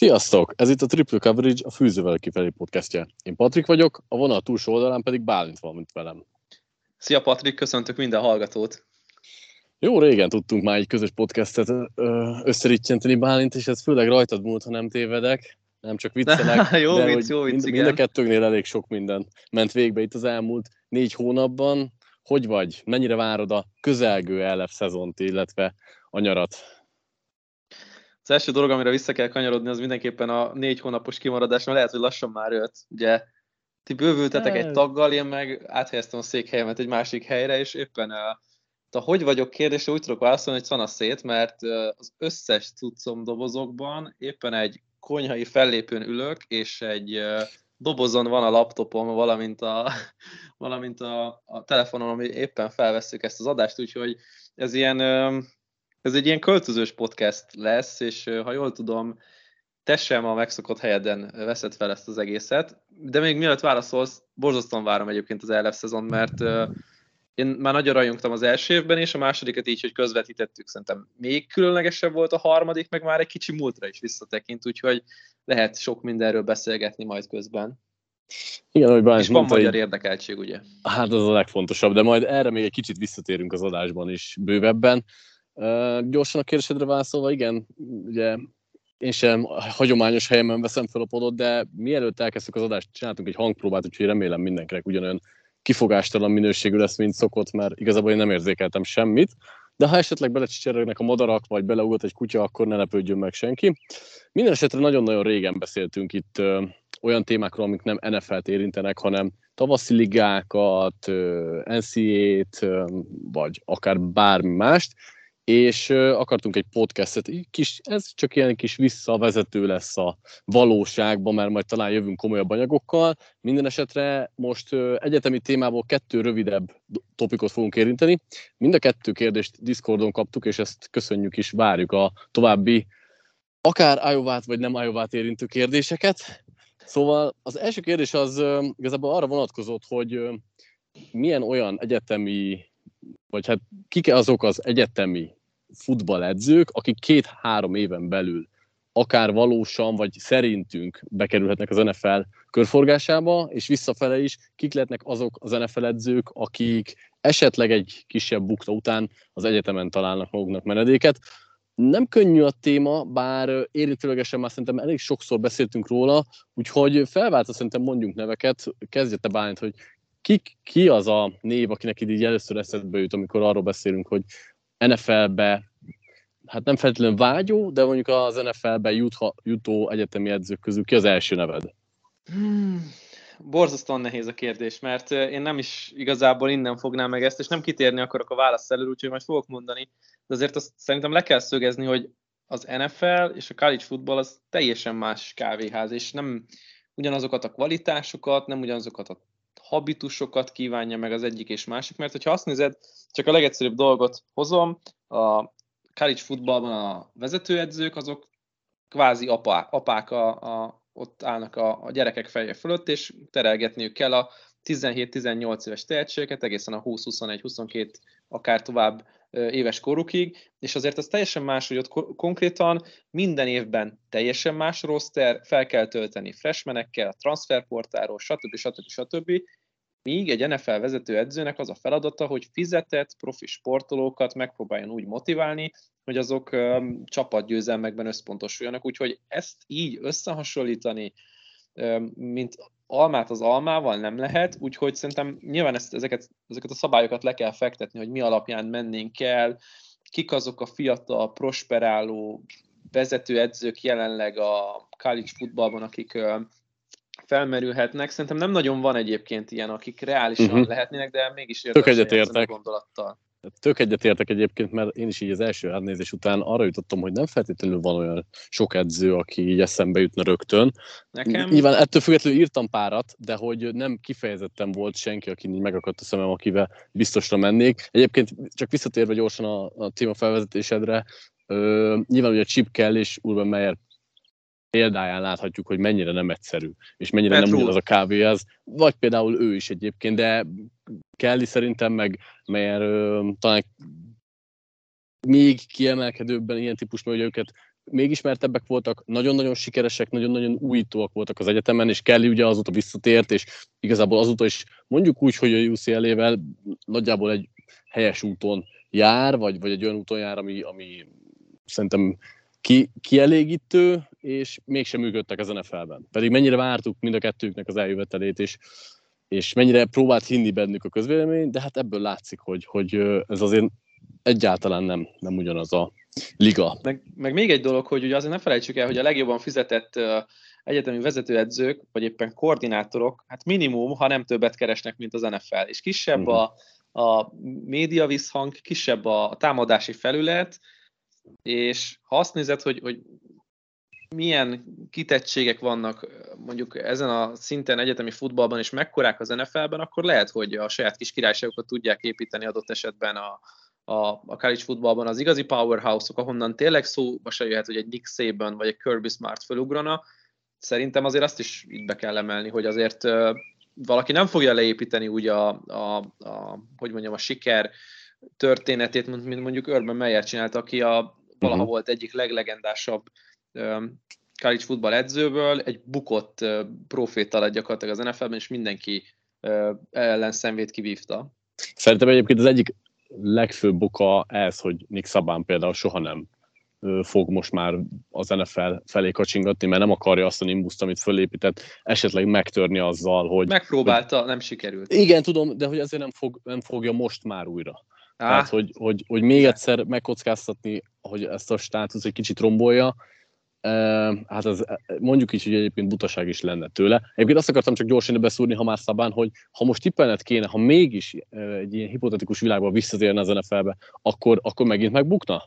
Sziasztok! Ez itt a Triple Coverage, a Fűzővel kifelé podcastje. Én Patrik vagyok, a vonal túlsó oldalán pedig Bálint van, mint velem. Szia Patrik, köszöntök minden hallgatót! Jó régen tudtunk már egy közös podcastet összerittyenteni, Bálint, és ez főleg rajtad múlt, ha nem tévedek. Nem csak viccelek, jó de vicc, hogy igen. mind a kettőnknél elég sok minden ment végbe itt az elmúlt 4 hónapban. Hogy vagy? Mennyire várod a közelgő ELF szezont, illetve a nyarat? Az első dolog, amire vissza kell kanyarodni, az mindenképpen a 4 hónapos kimaradás, mert lehet, hogy lassan már 5. Ugye ti bővültetek egy taggal, én meg áthelyeztem a székhelyemet egy másik helyre, és éppen a hogy vagyok kérdésre úgy tudok válaszolni, hogy szana szét, mert az összes cuccom dobozokban éppen egy konyhai fellépőn ülök, és egy dobozon van a laptopom, valamint a telefonon, ami éppen felvesszük ezt az adást, úgyhogy ez egy ilyen költözős podcast lesz, és ha jól tudom, te sem a megszokott helyeden veszed fel ezt az egészet, de még mielőtt válaszolsz, borzasztóan várom egyébként az ELF szezon, mert én már nagyon rajongtam az első évben, és a másodikat így, hogy közvetítettük, szerintem még különlegesebb volt a harmadik, meg már egy kicsi múltra is visszatekint, úgyhogy lehet sok mindenről beszélgetni majd közben. Igen, ahogy Bálint és van mondta, magyar érdekeltség, ugye? Hát az a legfontosabb, de majd erre még egy kicsit visszatérünk az adásban is bővebben. Gyorsan a kérdésedre válaszolva, igen, ugye én sem hagyományos helyemen veszem fel a podot, de mielőtt elkezdtük az adást, csináltunk egy hangpróbát, úgyhogy remélem mindenkinek ugyanolyan kifogástalan minőségű lesz, mint szokott, mert igazából én nem érzékeltem semmit. De ha esetleg belecsicserregnek a madarak, vagy beleugat egy kutya, akkor ne lepődjön meg senki. Minden esetre nagyon-nagyon régen beszéltünk itt olyan témákról, amik nem NFL-t érintenek, hanem tavaszi ligákat, NCAA-t, vagy akár bármi mást, és akartunk egy podcastet, ez csak ilyen kis visszavezető lesz a valóságba, mert majd talán jövünk komolyabb anyagokkal. Minden esetre most egyetemi témából 2 rövidebb topikot fogunk érinteni. Mind a 2 kérdést Discordon kaptuk, és ezt köszönjük is, várjuk a további akár Iowát vagy nem Iowát érintő kérdéseket. Szóval az első kérdés az igazából arra vonatkozott, hogy milyen olyan egyetemi, vagy hát kik azok az egyetemi futballedzők, akik 2-3 éven belül akár valósan, vagy szerintünk bekerülhetnek az NFL körforgásába, és visszafele is, kik lehetnek azok az NFL edzők, akik esetleg egy kisebb bukta után az egyetemen találnak maguknak menedéket. Nem könnyű a téma, bár érintőlegesen már szerintem elég sokszor beszéltünk róla, úgyhogy felváltva szerintem mondjunk neveket, kezdjete Bálint, hogy ki az a név, akinek így először eszedbe jut, amikor arról beszélünk, hogy NFL-be, hát nem feltétlenül vágyó, de mondjuk az NFL-be jutó egyetemi edzők közül ki az első neved? Borzasztóan nehéz a kérdés, mert én nem is igazából innen fognám meg ezt, és nem kitérni akarok a válasz elől, úgyhogy majd fogok mondani, de azért azt szerintem le kell szögezni, hogy az NFL és a college football az teljesen más kávéház, és nem ugyanazokat a kvalitásokat, nem ugyanazokat a habitusokat kívánja meg az egyik és másik, mert hogyha azt nézed, csak a legegyszerűbb dolgot hozom, a college footballban a vezetőedzők, azok kvázi apák ott állnak a gyerekek feje fölött, és terelgetniük kell a 17-18 éves tehetségeket, egészen a 20-21-22 akár tovább éves korukig, és azért az teljesen más, hogy ott konkrétan minden évben teljesen más roster, fel kell tölteni freshmanekkel, a transferportáról, stb. Míg egy NFL vezető edzőnek az a feladata, hogy fizetett profi sportolókat megpróbáljon úgy motiválni, hogy azok csapatgyőzelmekben összpontosuljanak. Úgyhogy ezt így összehasonlítani, mint almát az almával nem lehet, úgyhogy szerintem nyilván ezeket a szabályokat le kell fektetni, hogy mi alapján mennénk el, kik azok a fiatal, prosperáló vezető edzők jelenleg a college footballban, akik felmerülhetnek. Szerintem nem nagyon van egyébként ilyen, akik reálisan lehetnének, de mégis érdemes eljátszani a gondolattal. Tök egyetértek egyébként, mert én is így az első átnézés után arra jutottam, hogy nem feltétlenül van olyan sok edző, aki így eszembe jutna rögtön. Nyilván ettől függetlenül írtam párat, de hogy nem kifejezetten volt senki, aki így megakadt a szemem, akivel biztosra mennék. Egyébként csak visszatérve gyorsan a téma felvezetésedre, nyilván ugye Chip Kelly és Urban Meyer példáján láthatjuk, hogy mennyire nem egyszerű, és mennyire nem ugyanaz a kávéház, vagy például ő is egyébként, de Kelly szerintem meg Meyer talán még kiemelkedőbben ilyen típus, mert ugye őket még ismertebbek voltak, nagyon-nagyon sikeresek, nagyon-nagyon újítóak voltak az egyetemen, és Kelly ugye azóta visszatért, és igazából azóta is mondjuk úgy, hogy a UCLA-vel nagyjából egy helyes úton jár, vagy egy olyan úton jár, ami szerintem kielégítő, és mégsem működtek az NFL-ben. Pedig mennyire vártuk mind a kettőknek az eljövetelét, és mennyire próbált hinni bennük a közvélemény, de hát ebből látszik, hogy ez azért egyáltalán nem ugyanaz a liga. Meg még egy dolog, hogy ugye azért ne felejtsük el, hogy a legjobban fizetett egyetemi vezetőedzők, vagy éppen koordinátorok, hát minimum, ha nem többet keresnek, mint az NFL. És kisebb a média visszhang, kisebb a támadási felület, és ha azt nézed, hogy milyen kitettségek vannak mondjuk ezen a szinten egyetemi futballban, és mekkorák az NFL-ben, akkor lehet, hogy a saját kis királyságokat tudják építeni adott esetben a college futballban az igazi powerhouse-ok, ahonnan tényleg szóba se jöhet, hogy egy Nick Saban vagy egy Kirby Smart felugrana. Szerintem azért azt is itt be kell emelni, hogy azért valaki nem fogja leépíteni úgy a siker történetét, mint mondjuk Urban Meyer csinált, aki valaha volt egyik leglegendásabb college futball edzőből, egy bukott proféta lett gyakorlatilag az NFL-ben, és mindenki ellen szemvét kivívta. Szerintem egyébként az egyik legfőbb oka ez, hogy Nick Saban például soha nem fog most már az NFL felé kacsingatni, mert nem akarja azt a nimbuszt, amit fölépített, esetleg megtörni azzal, hogy... Megpróbálta, nem sikerült. Igen, tudom, de hogy azért nem fogja most már újra. Tehát, hogy még egyszer megkockáztatni, hogy ezt a státusz egy kicsit rombolja, hát az, mondjuk is, hogy egyébként butaság is lenne tőle. Egyébként azt akartam csak gyorsan beszúrni, ha már Szabán, hogy ha most tippelned kéne, ha mégis egy ilyen hipotetikus világban visszatérne az NFL-be, akkor megint megbukna?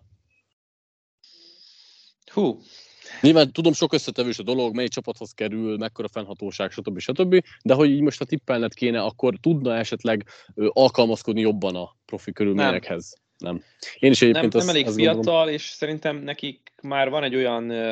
Hú. Nyilván tudom, sok összetevős a dolog, mely csapathoz kerül, mekkora fennhatóság, stb. De hogy így most ha tippelned kéne, akkor tudna esetleg alkalmazkodni jobban a profi körülményekhez. Nem. Én is egyébként nem elég fiatal, gondolom. És szerintem nekik már van egy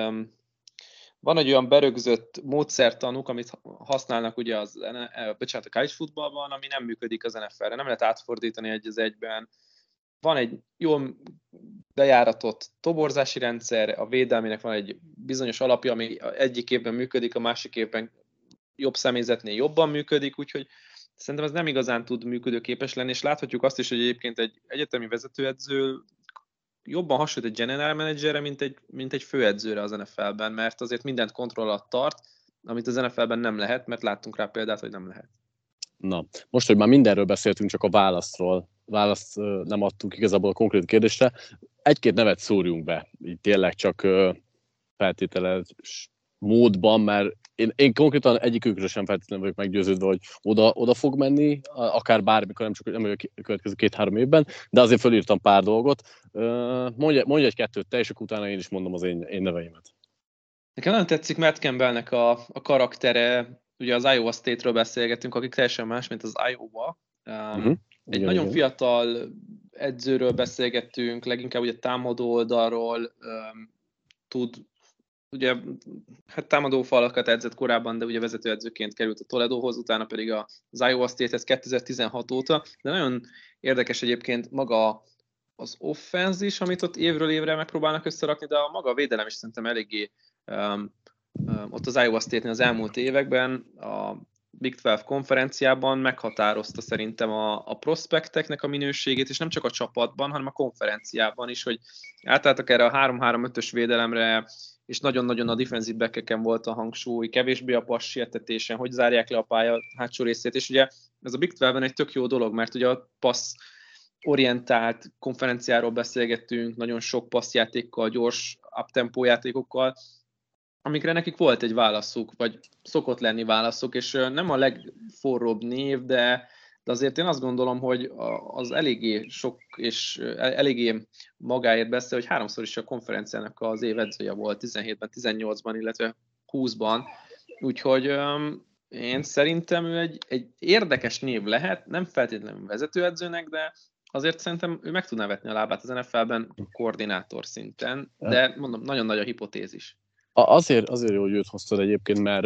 olyan berögzött módszertanuk, amit használnak ugye a college futballban, ami nem működik az NFL-re. Nem lehet átfordítani egy az egyben. Van egy jól bejáratott toborzási rendszer, a védelmének van egy bizonyos alapja, ami egyik évben működik, a másik évben jobb személyzetnél jobban működik, úgyhogy szerintem ez nem igazán tud működőképes lenni, és láthatjuk azt is, hogy egyébként egy egyetemi vezetőedző jobban hasonlít egy general managerre, mint egy főedzőre az NFL-ben, mert azért mindent kontroll alatt tart, amit az NFL-ben nem lehet, mert láttunk rá példát, hogy nem lehet. Na, most, hogy már mindenről beszéltünk, csak a választ nem adtunk igazából a konkrét kérdésre, egy-két nevet szúrjunk be, így tényleg csak feltételes módban, mert én konkrétan egyikükről sem feltétlenül vagyok meggyőződve, hogy oda fog menni, akár bármikor, nem csak nem a következő 2-3 évben, de azért fölírtam pár dolgot. Mondj egy-kettőt te, és akkor utána én is mondom az én neveimet. Nekem nagyon tetszik Matt Campbellnek a karaktere, ugye az Iowa State-ről beszélgetünk, akik teljesen más, mint az Iowa. Egy nagyon fiatal edzőről beszélgettünk, leginkább ugye támadó oldalról tud, ugye hát támadó falakat edzett korábban, de ugye vezetőedzőként került a Toledohoz, utána pedig az Iowa State-hez 2016 óta, de nagyon érdekes egyébként maga az offense is, amit ott évről évre megpróbálnak összerakni, de a maga a védelem is szerintem eléggé ott az Iowa State-nél az elmúlt években a Big 12 konferenciában meghatározta szerintem a prospekteknek a minőségét, és nem csak a csapatban, hanem a konferenciában is, hogy átálltak erre a 3-3-5-ös védelemre, és nagyon-nagyon a defensive back-eken volt a hangsúly, kevésbé a passz sietetésen, hogy zárják le a pálya hátsó részét, és ugye ez a Big 12-ben egy tök jó dolog, mert ugye a passz orientált konferenciáról beszélgettünk, nagyon sok passzjátékkal, gyors up-tempó játékokkal, amikre nekik volt egy válaszuk, vagy szokott lenni válaszuk, és nem a legforróbb név, de azért én azt gondolom, hogy az eléggé sok, és eléggé magáért beszél, hogy 3-szor is a konferenciának az évedzője volt, 17-ben, 18-ban, illetve 20-ban, úgyhogy én szerintem ő egy érdekes név lehet, nem feltétlenül vezetőedzőnek, de azért szerintem ő meg tudná vetni a lábát az NFL-ben koordinátor szinten, de mondom, nagyon nagy a hipotézis. Azért jó, hogy őt hoztad egyébként, mert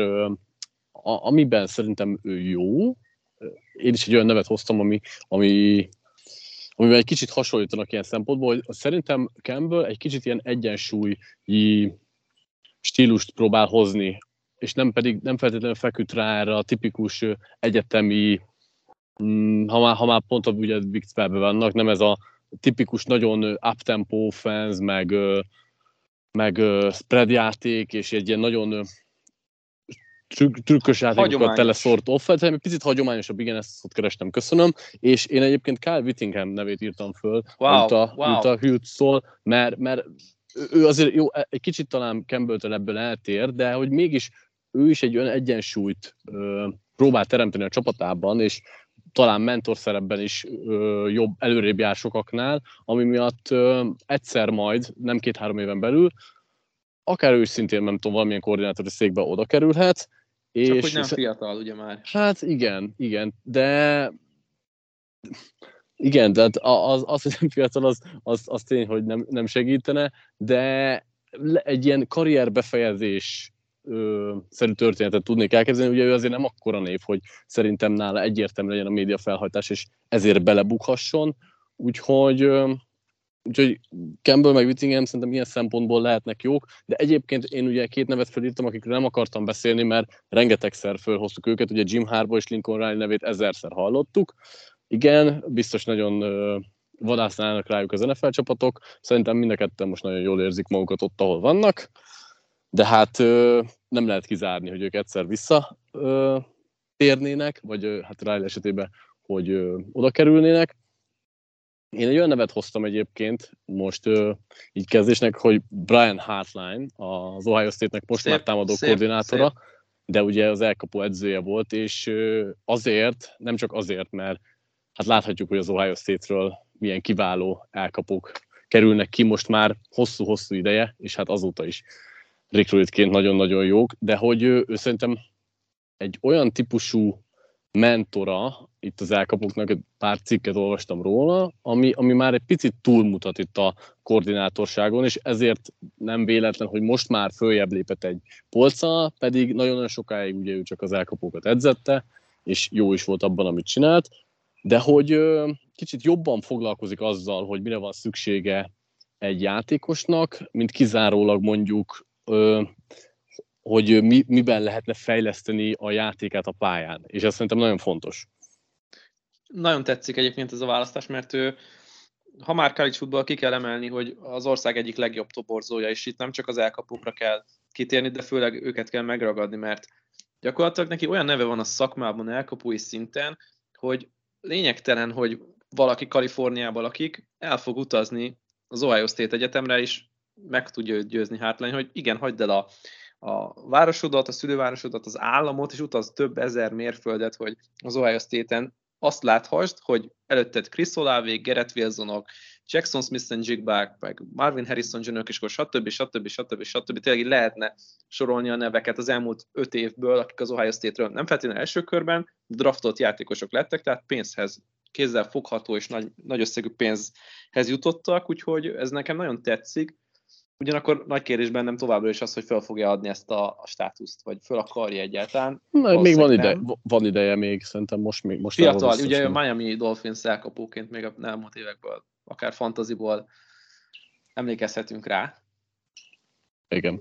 amiben szerintem ő jó, én is egy olyan nevet hoztam, ami amivel egy kicsit hasonlítanak ilyen szempontból, hogy szerintem Campbell egy kicsit ilyen egyensúlyi stílust próbál hozni, és nem feltétlenül feküdt rá erre a tipikus egyetemi, ha már pont ugye Big 12-ben vannak, nem ez a tipikus nagyon up-tempo offense, meg spread játék, és egy ilyen nagyon trükkös játékokkal teleszort offense, hanem egy picit hagyományosabb, igen, ezt ott kerestem, köszönöm, és én egyébként Kyle Whittingham nevét írtam föl, amit a Hughes szól, mert ő azért jó, egy kicsit talán Campbell-től ebből eltér, de hogy mégis ő is egy olyan egyensúlyt próbál teremteni a csapatában, és talán mentor szerepben is jobb, előrébb jár sokaknál, ami miatt egyszer majd, nem 2-3 éven belül, akár ő is szintén, nem tudom, valamilyen koordinátori székbe oda kerülhet. Csak és hogy nem fiatal, ugye már. Hát igen, de az hogy nem fiatal, az tény, hogy nem segítene, de egy ilyen karrierbefejezés szerű történetet tudnék elkezdeni, ugye ő azért nem akkora név, hogy szerintem nála egyértelmű legyen a média felhajtás, és ezért belebukhasson, úgyhogy Campbell meg Whittingham szerintem ilyen szempontból lehetnek jók, de egyébként én ugye 2 nevet felírtam, akikről nem akartam beszélni, mert rengetegszer fölhoztuk őket, ugye Jim Harbaugh és Lincoln Riley nevét 1000-szer hallottuk. Igen, biztos nagyon vadásználnak rájuk az NFL csapatok, szerintem mind a ketten most nagyon jól érzik magukat ott, ahol vannak, de hát nem lehet kizárni, hogy ők egyszer visszatérnének, vagy hát Riley esetében, hogy oda kerülnének. Én egy olyan nevet hoztam egyébként most így kezdésnek, hogy Brian Hartline, az Ohio State-nek most már támadó koordinátora, de ugye az elkapó edzője volt, és azért, nem csak azért, mert hát láthatjuk, hogy az Ohio State-ről milyen kiváló elkapók kerülnek ki most már hosszú-hosszú ideje, és hát azóta is recruitként nagyon-nagyon jók, de hogy ő szerintem egy olyan típusú mentora itt az elkapóknak, egy pár cikket olvastam róla, ami már egy picit túlmutat itt a koordinátorságon, és ezért nem véletlen, hogy most már följebb lépett egy polccal, pedig nagyon-nagyon sokáig ugye ő csak az elkapókat edzette, és jó is volt abban, amit csinált, de hogy kicsit jobban foglalkozik azzal, hogy mire van szüksége egy játékosnak, mint kizárólag mondjuk hogy miben lehetne fejleszteni a játékát a pályán. És ez szerintem nagyon fontos. Nagyon tetszik egyébként ez a választás, mert ha már college football, ki kell emelni, hogy az ország egyik legjobb toborzója, és itt nem csak az elkapókra kell kitérni, de főleg őket kell megragadni, mert gyakorlatilag neki olyan neve van a szakmában elkapói szinten, hogy lényegtelen, hogy valaki Kaliforniában lakik, el fog utazni az Ohio State Egyetemre, és meg tudja őt győzni Hartline, hogy igen, hagyd el a városodat, a szülővárosodat, az államot, és utaz több ezer mérföldet, hogy az Ohio State-en azt láthasd, hogy előtted Chris Olave, Garrett Wilsonok, Jackson Smith-Njigba, meg Marvin Harrison Jr.-ök, és stb. Tényleg lehetne sorolni a neveket az elmúlt 5 évből, akik az Ohio State-ről nem feltétlenül első körben draftolt játékosok lettek, tehát pénzhez, kézzel fogható és nagy összegű pénzhez jutottak, úgyhogy ez nekem nagyon tetszik. Ugyanakkor nagy kérdésben nem továbbra is az, hogy fel fogja adni ezt a státuszt, vagy fel akarja egyáltalán. Még van ideje még, szerintem most fiatal, ugye a Miami Dolphins elkapóként még a elmúlt évekből, akár fantaziból emlékezhetünk rá. Igen.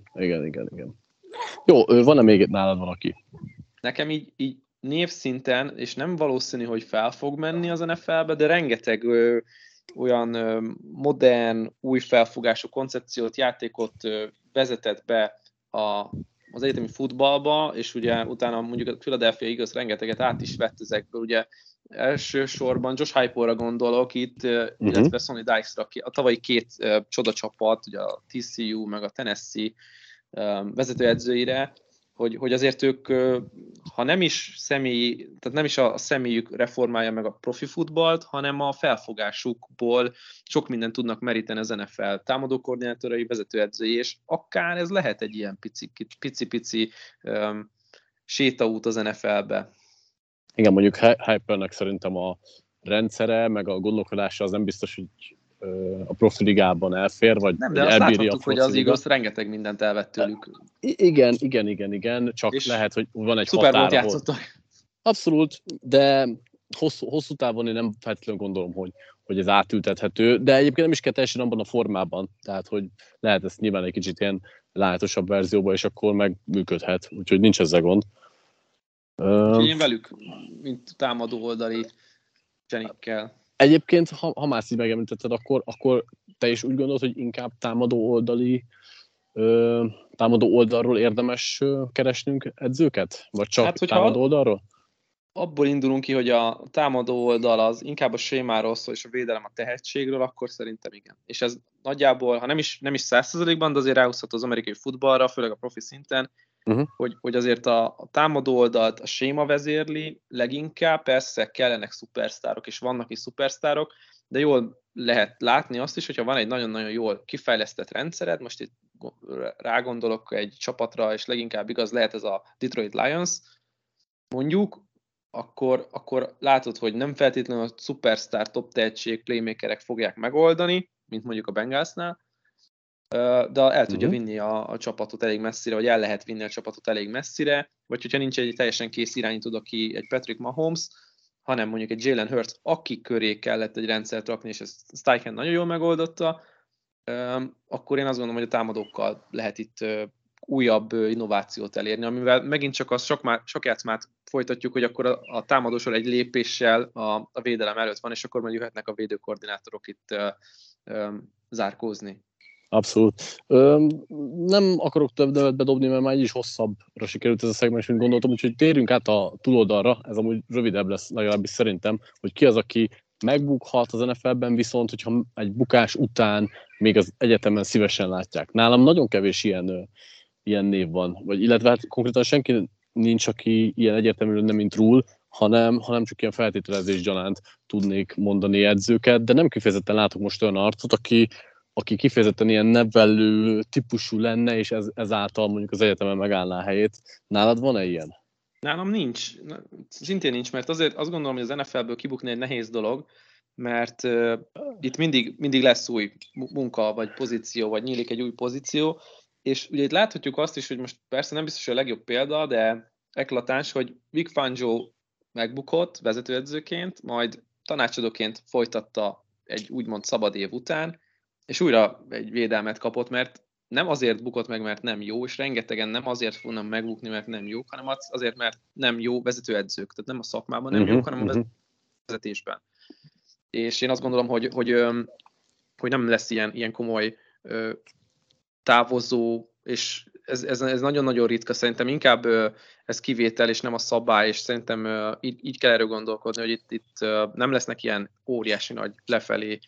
Jó, van-e még nálad valaki? Nekem így névszinten, és nem valószínű, hogy fel fog menni az NFL-be, de rengeteg olyan modern, új felfogású koncepciót, játékot vezetett be az egyetemi futballba, és ugye utána mondjuk a Philadelphia Eagles rengeteget át is vett ezekből, ugye elsősorban Josh Heupelre gondolok itt, illetve Sonny Dykes-ra, a tavalyi 2 csodacsapat, ugye a TCU meg a Tennessee vezetőedzőire, hogy azért ők, ha nem is tehát nem is a személyük reformálja meg a profi futballt, hanem a felfogásukból sok mindent tudnak meríteni az NFL támadókoordinátorai, vezetőedzői, és akár ez lehet egy ilyen pici sétaút az NFL-be. Igen, mondjuk Heupelnek szerintem a rendszere, meg a gondolkodása az nem biztos, hogy a profi ligában elfér, vagy nem, de azt láthattuk, hogy az Eagles rengeteg mindent elvett tőlük. Igen, csak és lehet, hogy van egy határ. Játszottak. Abszolút, de hosszú távon én nem feltétlenül gondolom, hogy ez átültethető, de egyébként nem is kell teljesen abban a formában, tehát hogy lehet ezt nyilván egy kicsit ilyen láthatósabb verzióban, és akkor meg működhet, úgyhogy nincs ezzel gond. Úgyhogy én velük, mint támadó oldali zsenikkel. Egyébként, ha már így megemlítetted, akkor te is úgy gondolod, hogy inkább támadó oldalról érdemes keresnünk edzőket? Vagy csak támadó oldalról? Abból indulunk ki, hogy a támadó oldal az inkább a sémáról szól, és a védelem a tehetségről, akkor szerintem igen. És ez nagyjából, ha nem is 100%-ban, de azért ráhúzható az amerikai futballra, főleg a profi szinten, hogy azért a támadó oldalt a séma vezérli leginkább, persze kellenek szupersztárok, és vannak is szupersztárok, de jól lehet látni azt is, hogyha van egy nagyon-nagyon jól kifejlesztett rendszered, most itt rágondolok egy csapatra, és leginkább igaz lehet ez a Detroit Lions, mondjuk, akkor látod, hogy nem feltétlenül a szupersztár, top tehetség, playmakerek fogják megoldani, mint mondjuk a Bengalsnál, de el tudja vinni a csapatot elég messzire, vagy el lehet vinni a csapatot elég messzire, vagy hogyha nincs egy teljesen kész irányítód, aki egy Patrick Mahomes, hanem mondjuk egy Jalen Hurts, aki köré kellett egy rendszert rakni, és ezt Steichen nagyon jól megoldotta, akkor én azt gondolom, hogy a támadókkal lehet itt újabb innovációt elérni, amivel megint csak az sok játszmát folytatjuk, hogy akkor a támadósor egy lépéssel a védelem előtt van, és akkor majd jöhetnek a védőkoordinátorok itt zárkózni. Abszolút. Nem akarok több nevet bedobni, mert már így is hosszabbra sikerült ez a szegmens, mint gondoltam, úgyhogy térjünk át a túloldalra, ez amúgy rövidebb lesz legalábbis szerintem, hogy ki az, aki megbukhat az NFL-ben, viszont hogyha egy bukás után még az egyetemen szívesen látják. Nálam nagyon kevés ilyen név van, vagy illetve hát konkrétan senki nincs, aki ilyen egyértelműen nem mint Rule, hanem csak ilyen feltételezés gyanánt tudnék mondani edzőket, de nem kifejezetten látok most olyan arcot, aki kifejezetten ilyen nevelő típusú lenne, és ezáltal mondjuk az egyetemen megállná a helyét. Nálad van-e ilyen? Nálam nincs. Szintén nincs, mert azért azt gondolom, hogy az NFL-ből kibukni egy nehéz dolog, mert itt mindig lesz új munka, vagy pozíció, vagy nyílik egy új pozíció, és ugye itt láthatjuk azt is, hogy most persze nem biztos, hogy a legjobb példa, de eklatáns, hogy Vic Fangio megbukott vezetőedzőként, majd tanácsadóként folytatta egy úgymond szabad év után, és újra egy védelmet kapott, mert nem azért bukott meg, mert nem jó, és rengetegen nem azért fognak megbukni, mert nem jók, hanem azért, mert nem jó vezetőedzők. Tehát nem a szakmában nem jók, hanem a vezetésben. És én azt gondolom, hogy nem lesz ilyen komoly távozó, és ez nagyon-nagyon ritka, szerintem inkább ez kivétel, és nem a szabály, és szerintem így kell erről gondolkodni, hogy itt nem lesznek ilyen óriási nagy lefelé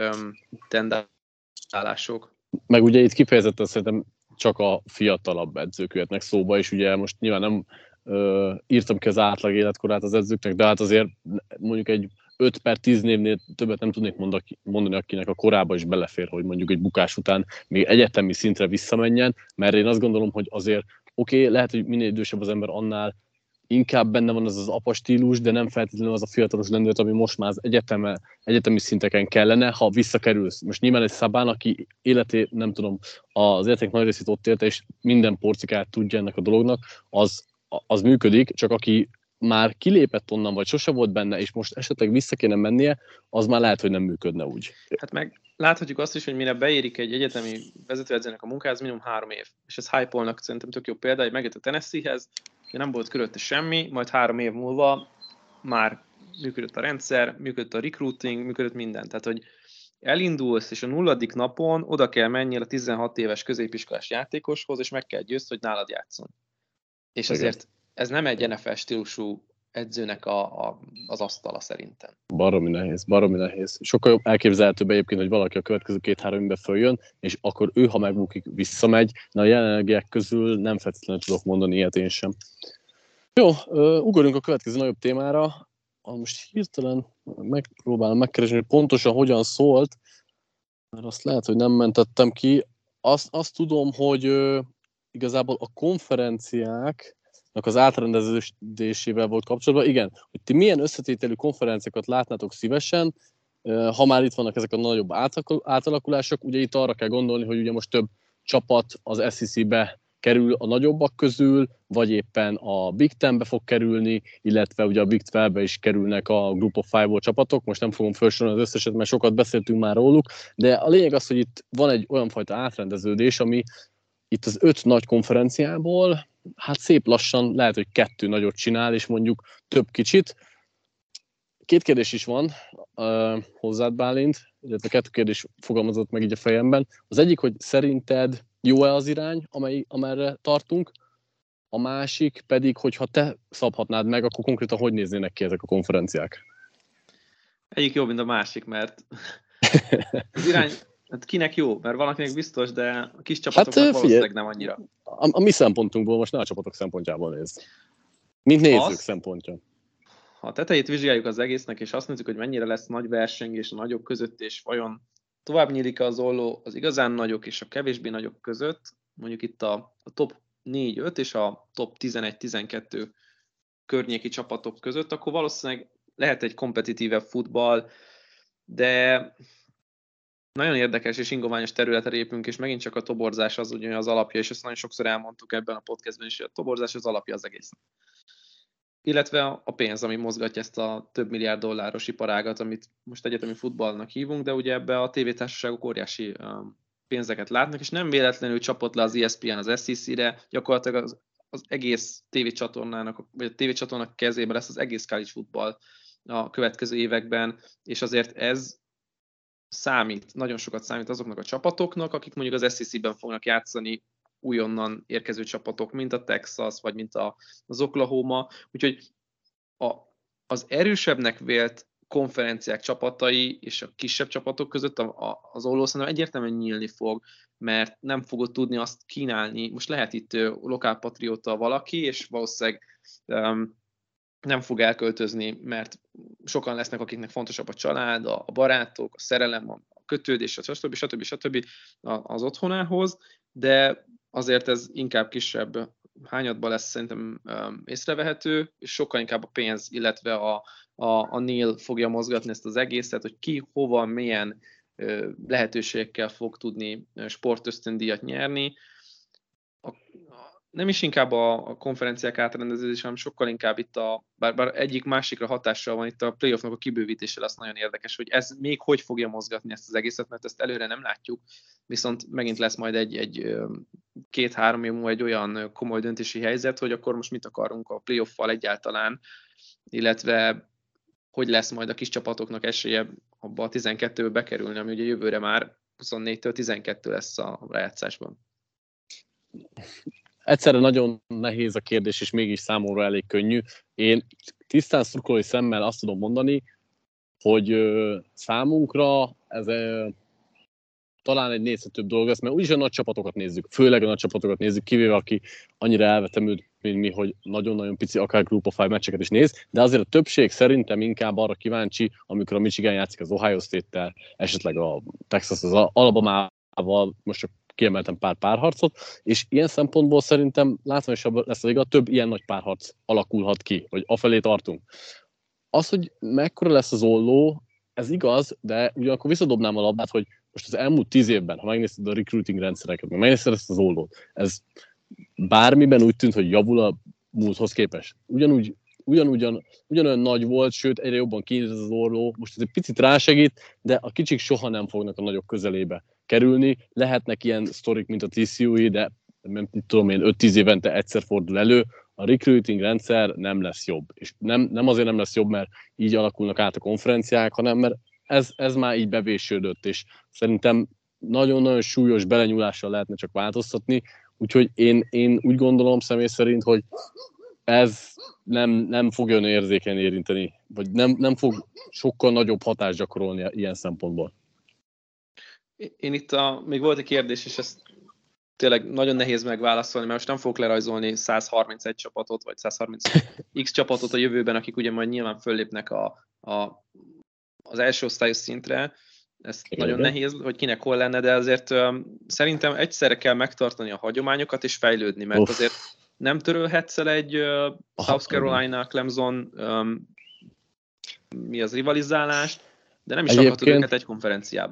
tendálások. Meg ugye itt kifejezetten szerintem csak a fiatalabb edzők jöhetnek szóba, és ugye most nyilván nem írtam ki az átlag életkorát az edzőknek, de hát azért mondjuk egy 5-10 névnél többet nem tudnék mondani, akinek a korába is belefér, hogy mondjuk egy bukás után még egyetemi szintre visszamenjen, mert én azt gondolom, hogy azért lehet, hogy minél idősebb az ember, annál inkább benne van az apa stílus, de nem feltétlenül az a fiatalos lendület, ami most már az egyetemi szinteken kellene, ha visszakerülsz. Most nyilván egy Szabán, aki nem tudom, az életek nagy részét ott élte, és minden porcikát tudja ennek a dolognak, az működik, csak aki már kilépett onnan, vagy sose volt benne, és most esetleg vissza kéne mennie, az már lehet, hogy nem működne úgy. Hát meg láthatjuk azt is, hogy mire beérik egy egyetemi vezetőedzőnek a munkához, minimum 3 év. És ez hype-olnak szerintem tök jó példa, hogy megjött a Tennesseehez, nem volt körülötte semmi, majd 3 év múlva már működött a rendszer, működött a recruiting, működött minden. Tehát, hogy elindulsz, és a 0. napon oda kell menjél a 16 éves középiskolás játékoshoz, és meg kell győzni, hogy nálad játszon. És azért ez nem egy NFL stílusú edzőnek az asztala szerintem. Baromi nehéz. Sokkal jobb elképzelhetőbb egyébként, hogy valaki a következő 2-3 évben följön, és akkor ő, ha megbukik, visszamegy. Na a jelenlegiek közül nem feltétlenül tudok mondani ilyet én sem. Jó, ugorjunk a következő nagyobb témára. Most hirtelen megpróbálom megkeresni, hogy pontosan hogyan szólt, mert azt lehet, hogy nem mentettem ki. Azt tudom, hogy igazából a konferenciáknak az átrendezésével volt kapcsolatban. Igen, hogy ti milyen összetételű konferenciákat látnátok szívesen, ha már itt vannak ezek a nagyobb átalakulások. Ugye itt arra kell gondolni, hogy ugye most több csapat az SEC-be kerül a nagyobbak közül, vagy éppen a Big Ten-be fog kerülni, illetve ugye a Big 12-be is kerülnek a Group of Five-ból csapatok. Most nem fogom felsorolni az összeset, mert sokat beszéltünk már róluk, de a lényeg az, hogy itt van egy olyan fajta átrendeződés, ami itt az 5 nagy konferenciából, hát szép lassan lehet, hogy 2 nagyot csinál, és mondjuk több kicsit. 2 kérdés is van hozzád, Bálint, illetve 2 kérdés fogalmazott meg így a fejemben. Az egyik, hogy szerinted jó-e az irány, amerre tartunk? A másik pedig, hogyha te szabhatnád meg, akkor konkrétan hogy néznének ki ezek a konferenciák? Egyik jobb, mint a másik, mert az irány, hát kinek jó? Mert valakinek biztos, de a kis csapatoknak valószínűleg nem annyira. A mi szempontunkból, most ne a csapatok szempontjából nézd. Mint nézők szempontja. Ha a tetejét vizsgáljuk az egésznek, és azt nézzük, hogy mennyire lesz nagy versengés a nagyok között, és vajon tovább nyílik az olló az igazán nagyok és a kevésbé nagyok között, mondjuk itt a top 4-5 és a top 11-12 környéki csapatok között, akkor valószínűleg lehet egy kompetitívebb futball, de nagyon érdekes és ingoványos területre lépünk, és megint csak a toborzás az ugye az alapja, és ezt nagyon sokszor elmondtuk ebben a podcastben is, hogy a toborzás az alapja az egész. Illetve a pénz, ami mozgatja ezt a több milliárd dolláros iparágat, amit most egyetemi futballnak hívunk, de ugye ebbe a tévétársaságok óriási pénzeket látnak, és nem véletlenül csapott le az ESPN az SEC-re, gyakorlatilag az egész tévécsatornának, vagy a tévécsatornának kezében lesz az egész college futball a következő években, és azért ez számít, nagyon sokat számít azoknak a csapatoknak, akik mondjuk az SEC-ben fognak játszani, újonnan érkező csapatok, mint a Texas, vagy mint az Oklahoma. Úgyhogy az erősebbnek vélt konferenciák csapatai és a kisebb csapatok között az olló szerintem egyértelműen nyílni fog, mert nem fogod tudni azt kínálni. Most lehet itt lokálpatrióta valaki, és valószínűleg nem fog elköltözni, mert sokan lesznek, akiknek fontosabb a család, a barátok, a szerelem, a kötődés, stb. Az otthonához, de azért ez inkább kisebb hányadban lesz szerintem észrevehető, és sokkal inkább a pénz, illetve a NIL fogja mozgatni ezt az egészet, hogy ki, hova, milyen lehetőségekkel fog tudni sportösztöndíjat nyerni. Nem is inkább a konferenciák átrendezés, hanem sokkal inkább itt bár egyik másikra hatással van itt a playoffnak a kibővítéssel, az nagyon érdekes, hogy ez még hogy fogja mozgatni ezt az egészet, mert ezt előre nem látjuk, viszont megint lesz majd egy 2-3 év múlva egy olyan komoly döntési helyzet, hogy akkor most mit akarunk a playoff-val egyáltalán, illetve hogy lesz majd a kis csapatoknak esélye abba a 12-ből bekerülni, ami ugye jövőre már 24-től 12 lesz a rájátszásban. Egyszerre nagyon nehéz a kérdés, és mégis számomra elég könnyű. Én tisztán szurkolói szemmel azt tudom mondani, hogy számunkra ez talán egy nézhetőbb dolog lesz, mert úgyis a nagy csapatokat nézzük, főleg a nagy csapatokat nézzük, kivéve aki annyira elvetemült, mint mi, hogy nagyon-nagyon pici akár Group of Five meccseket is néz, de azért a többség szerintem inkább arra kíváncsi, amikor a Michigan játszik az Ohio State-tel, esetleg a Texas az Alabamával, most csak kiemeltem pár párharcot, és ilyen szempontból szerintem látványosabb lesz az igaz, több ilyen nagy párharc alakulhat ki, vagy afelé tartunk. Az, hogy mekkora lesz az olló, ez igaz, de ugyanakkor visszadobnám a labdát, hogy most az elmúlt 10 évben, ha megnézted a recruiting rendszereket, meg megnézted ezt az ollót, ez bármiben úgy tűnt, hogy javul a múlthoz képest. Ugyanolyan nagy volt, sőt, egyre jobban kinyílt az olló, most ez egy picit rásegít, de a kicsik soha nem fognak a nagyok közelébe kerülni. Lehetnek ilyen sztorik, mint a TCU-i, de nem tudom én, 5-10 évente egyszer fordul elő, a recruiting rendszer nem lesz jobb. És nem azért nem lesz jobb, mert így alakulnak át a konferenciák, hanem mert ez már így bevésődött, és szerintem nagyon-nagyon súlyos belenyúlással lehetne csak változtatni, úgyhogy én úgy gondolom személy szerint, hogy ez nem fog olyan érzékeny érinteni, vagy nem fog sokkal nagyobb hatást gyakorolni ilyen szempontból. Én itt még volt egy kérdés, és ezt tényleg nagyon nehéz megválaszolni, mert most nem fogok lerajzolni 131 csapatot, vagy 130 x csapatot a jövőben, akik ugye majd nyilván föllépnek az első osztályos szintre. Ez nagyon nehéz, hogy kinek hol lenne, de azért szerintem egyszerre kell megtartani a hagyományokat és fejlődni, mert azért nem törölhetsz el egy South Carolina, Clemson rivalizálást, de nem is rakhatod őket egy konferenciába.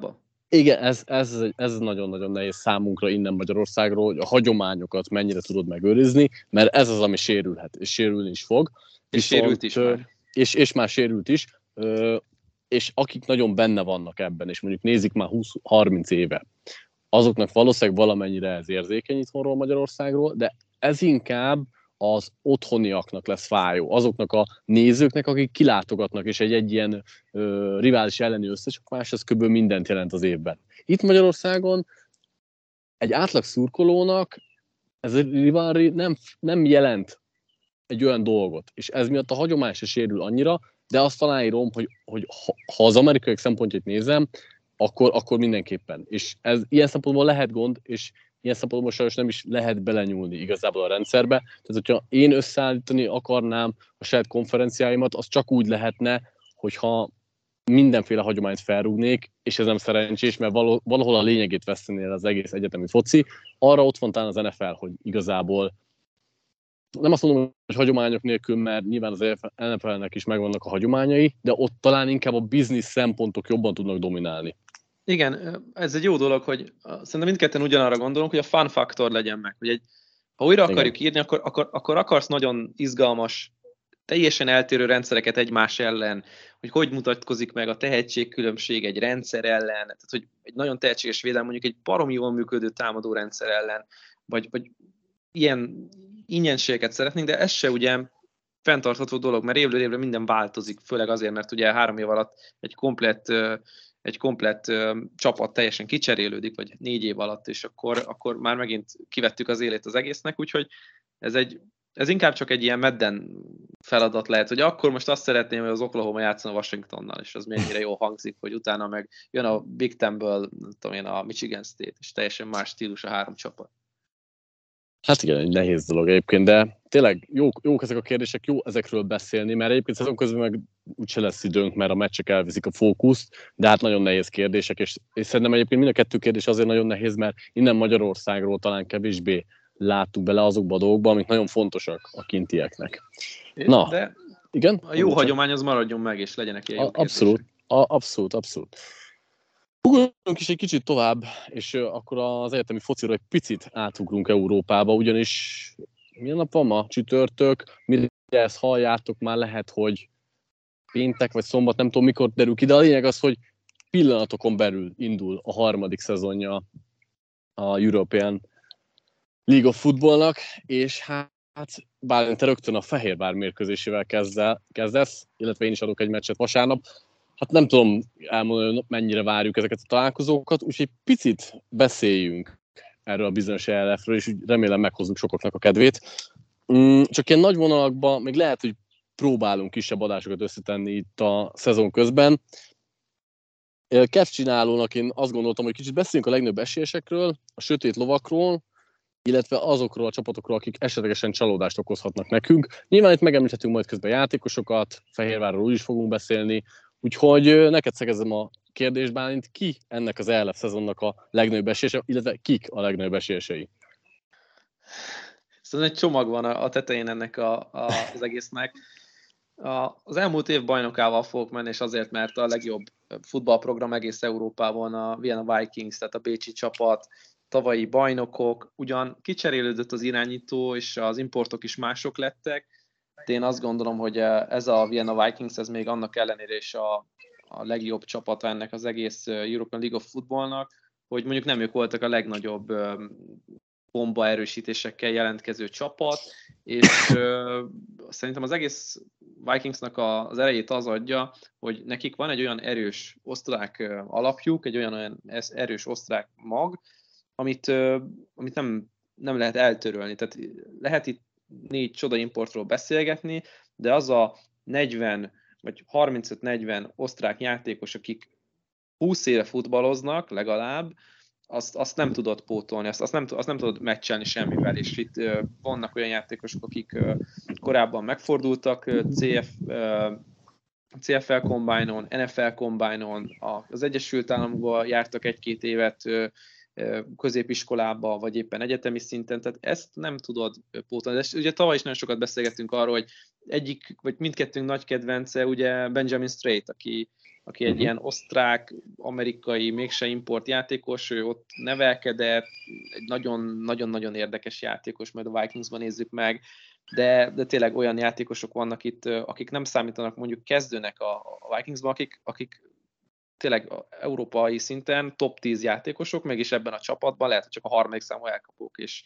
Igen, ez nagyon-nagyon nehéz számunkra innen Magyarországról, hogy a hagyományokat mennyire tudod megőrizni, mert ez az, ami sérülhet, és sérülni is fog. És sérült is már. És már sérült is, és akik nagyon benne vannak ebben, és mondjuk nézik már 20-30 éve, azoknak valószínűleg valamennyire ez érzékeny itthonról Magyarországról, de ez inkább az otthoniaknak lesz fájó, azoknak a nézőknek, akik kilátogatnak, és egy ilyen rivális elleni összecsapás, ez kb. Mindent jelent az évben. Itt Magyarországon egy átlag szurkolónak ez a rivalry nem jelent egy olyan dolgot, és ez miatt a hagyomány se sérül annyira, de azt aláírom, hogy ha az amerikaiak szempontjait nézem, akkor mindenképpen. És ez ilyen szempontból lehet gond, és ilyen szempontból sajnos nem is lehet belenyúlni igazából a rendszerbe. Tehát, hogyha én összeállítani akarnám a saját konferenciáimat, az csak úgy lehetne, hogyha mindenféle hagyományt felrúgnék, és ez nem szerencsés, mert valahol a lényegét vesztenél az egész egyetemi foci. Arra ott van talán az NFL, hogy igazából nem azt mondom, hogy hagyományok nélkül, mert nyilván az NFL-nek is megvannak a hagyományai, de ott talán inkább a biznisz szempontok jobban tudnak dominálni. Igen, ez egy jó dolog, hogy szerintem mindketten ugyanarra gondolunk, hogy a fun faktor legyen meg. Hogy ha újra akarjuk írni, akkor akarsz nagyon izgalmas, teljesen eltérő rendszereket egymás ellen, hogy mutatkozik meg a tehetségkülönbség egy rendszer ellen, tehát hogy egy nagyon tehetséges védelem mondjuk egy baromi jól működő támadó rendszer ellen, vagy ilyen ingyenségeket szeretnénk, de ez se ugye fenntartható dolog, mert évről évre minden változik, főleg azért, mert ugye 3 év alatt egy komplett csapat teljesen kicserélődik, vagy 4 év alatt, és akkor már megint kivettük az élét az egésznek, úgyhogy ez inkább csak egy ilyen medden feladat lehet, hogy akkor most azt szeretném, hogy az Oklahoma játszon a Washingtonnal, és az mennyire jól hangzik, hogy utána meg jön a Big Ten-ből, nem tudom én, a Michigan State, és teljesen más stílus a 3 csapat. Hát igen, egy nehéz dolog egyébként, de tényleg jók ezek a kérdések, jó ezekről beszélni, mert egyébként szezon közben meg úgyse lesz időnk, mert a meccsek elviszik a fókuszt, de hát nagyon nehéz kérdések, és szerintem egyébként mind a 2 kérdés azért nagyon nehéz, mert innen Magyarországról talán kevésbé láttuk bele azokba a dolgokba, amik nagyon fontosak a kintieknek. Na, de igen? A jó hagyomány az maradjon meg, és legyenek ilyen jó kérdések. Abszolút. Ugorjunk is egy kicsit tovább, és akkor az egyetemi fociról egy picit átugrunk Európába, ugyanis milyen nap van ma? Csütörtök, mire ezt halljátok, már lehet, hogy péntek vagy szombat, nem tudom mikor derül ki, de a lényeg az, hogy pillanatokon belül indul a 3. szezonja a European League of Footballnak, és hát Bálint, te rögtön a Fehérvár mérkőzésével kezdesz, illetve én is adok egy meccset vasárnap. Hát nem tudom elmondani, hogy mennyire várjuk ezeket a találkozókat, úgyhogy picit beszéljünk erről a bizonyos ELF-ről, és remélem meghozzuk sokaknak a kedvét. Csak ilyen nagy vonalakban még lehet, hogy próbálunk kisebb adásokat összetenni itt a szezon közben. Kedvcsinálónak én azt gondoltam, hogy kicsit beszéljünk a legnagyobb esélyesekről, a sötét lovakról, illetve azokról a csapatokról, akik esetlegesen csalódást okozhatnak nekünk. Nyilván itt megemlíthetünk majd közben játékosokat, Fehérvárról úgy is fogunk beszélni, úgyhogy neked szegezem a kérdést, Bálint, ki ennek az ELF szezonnak a legnagyobb esélyese, illetve kik a legnagyobb esélyesei? Szóval egy csomag van a tetején ennek az egésznek. Az elmúlt év bajnokával fogok menni, és azért, mert a legjobb futballprogram egész Európában a Vienna Vikings, tehát a bécsi csapat, tavalyi bajnokok, ugyan kicserélődött az irányító, és az importok is mások lettek, de én azt gondolom, hogy ez a Vienna Vikings, ez még annak ellenére is a legjobb csapata ennek az egész European League of Footballnak, hogy mondjuk nem ők voltak a legnagyobb bomba erősítésekkel jelentkező csapat, és szerintem az egész Vikingsnak az erejét az adja, hogy nekik van egy olyan erős osztrák alapjuk, egy olyan erős osztrák mag, amit nem lehet eltörölni. Tehát lehet itt 4 csodaimportról beszélgetni, de az a 40 vagy 35-40 osztrák játékos, akik 20 éve futballoznak legalább, azt nem tudod pótolni, azt nem tudod meccselni semmivel, és itt vannak olyan játékosok, akik korábban megfordultak CFL Combine-on, NFL Combine-on, az Egyesült Államokban jártak 1-2 évet középiskolába, vagy éppen egyetemi szinten, tehát ezt nem tudod pótolni. De ugye tavaly is nagyon sokat beszélgettünk arról, hogy egyik, vagy mindkettőnk nagy kedvence ugye Benjamin Strait, aki egy ilyen osztrák, amerikai, mégse import játékos, ő ott nevelkedett, egy nagyon-nagyon érdekes játékos, majd a Vikingsban nézzük meg, de tényleg olyan játékosok vannak itt, akik nem számítanak mondjuk kezdőnek a Vikingsban, akik tényleg európai szinten top 10 játékosok, mégis ebben a csapatban lehet, hogy csak a harmadik számú elkapók is.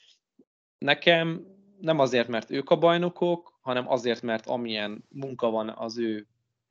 Nekem nem azért, mert ők a bajnokok, hanem azért, mert amilyen munka van az ő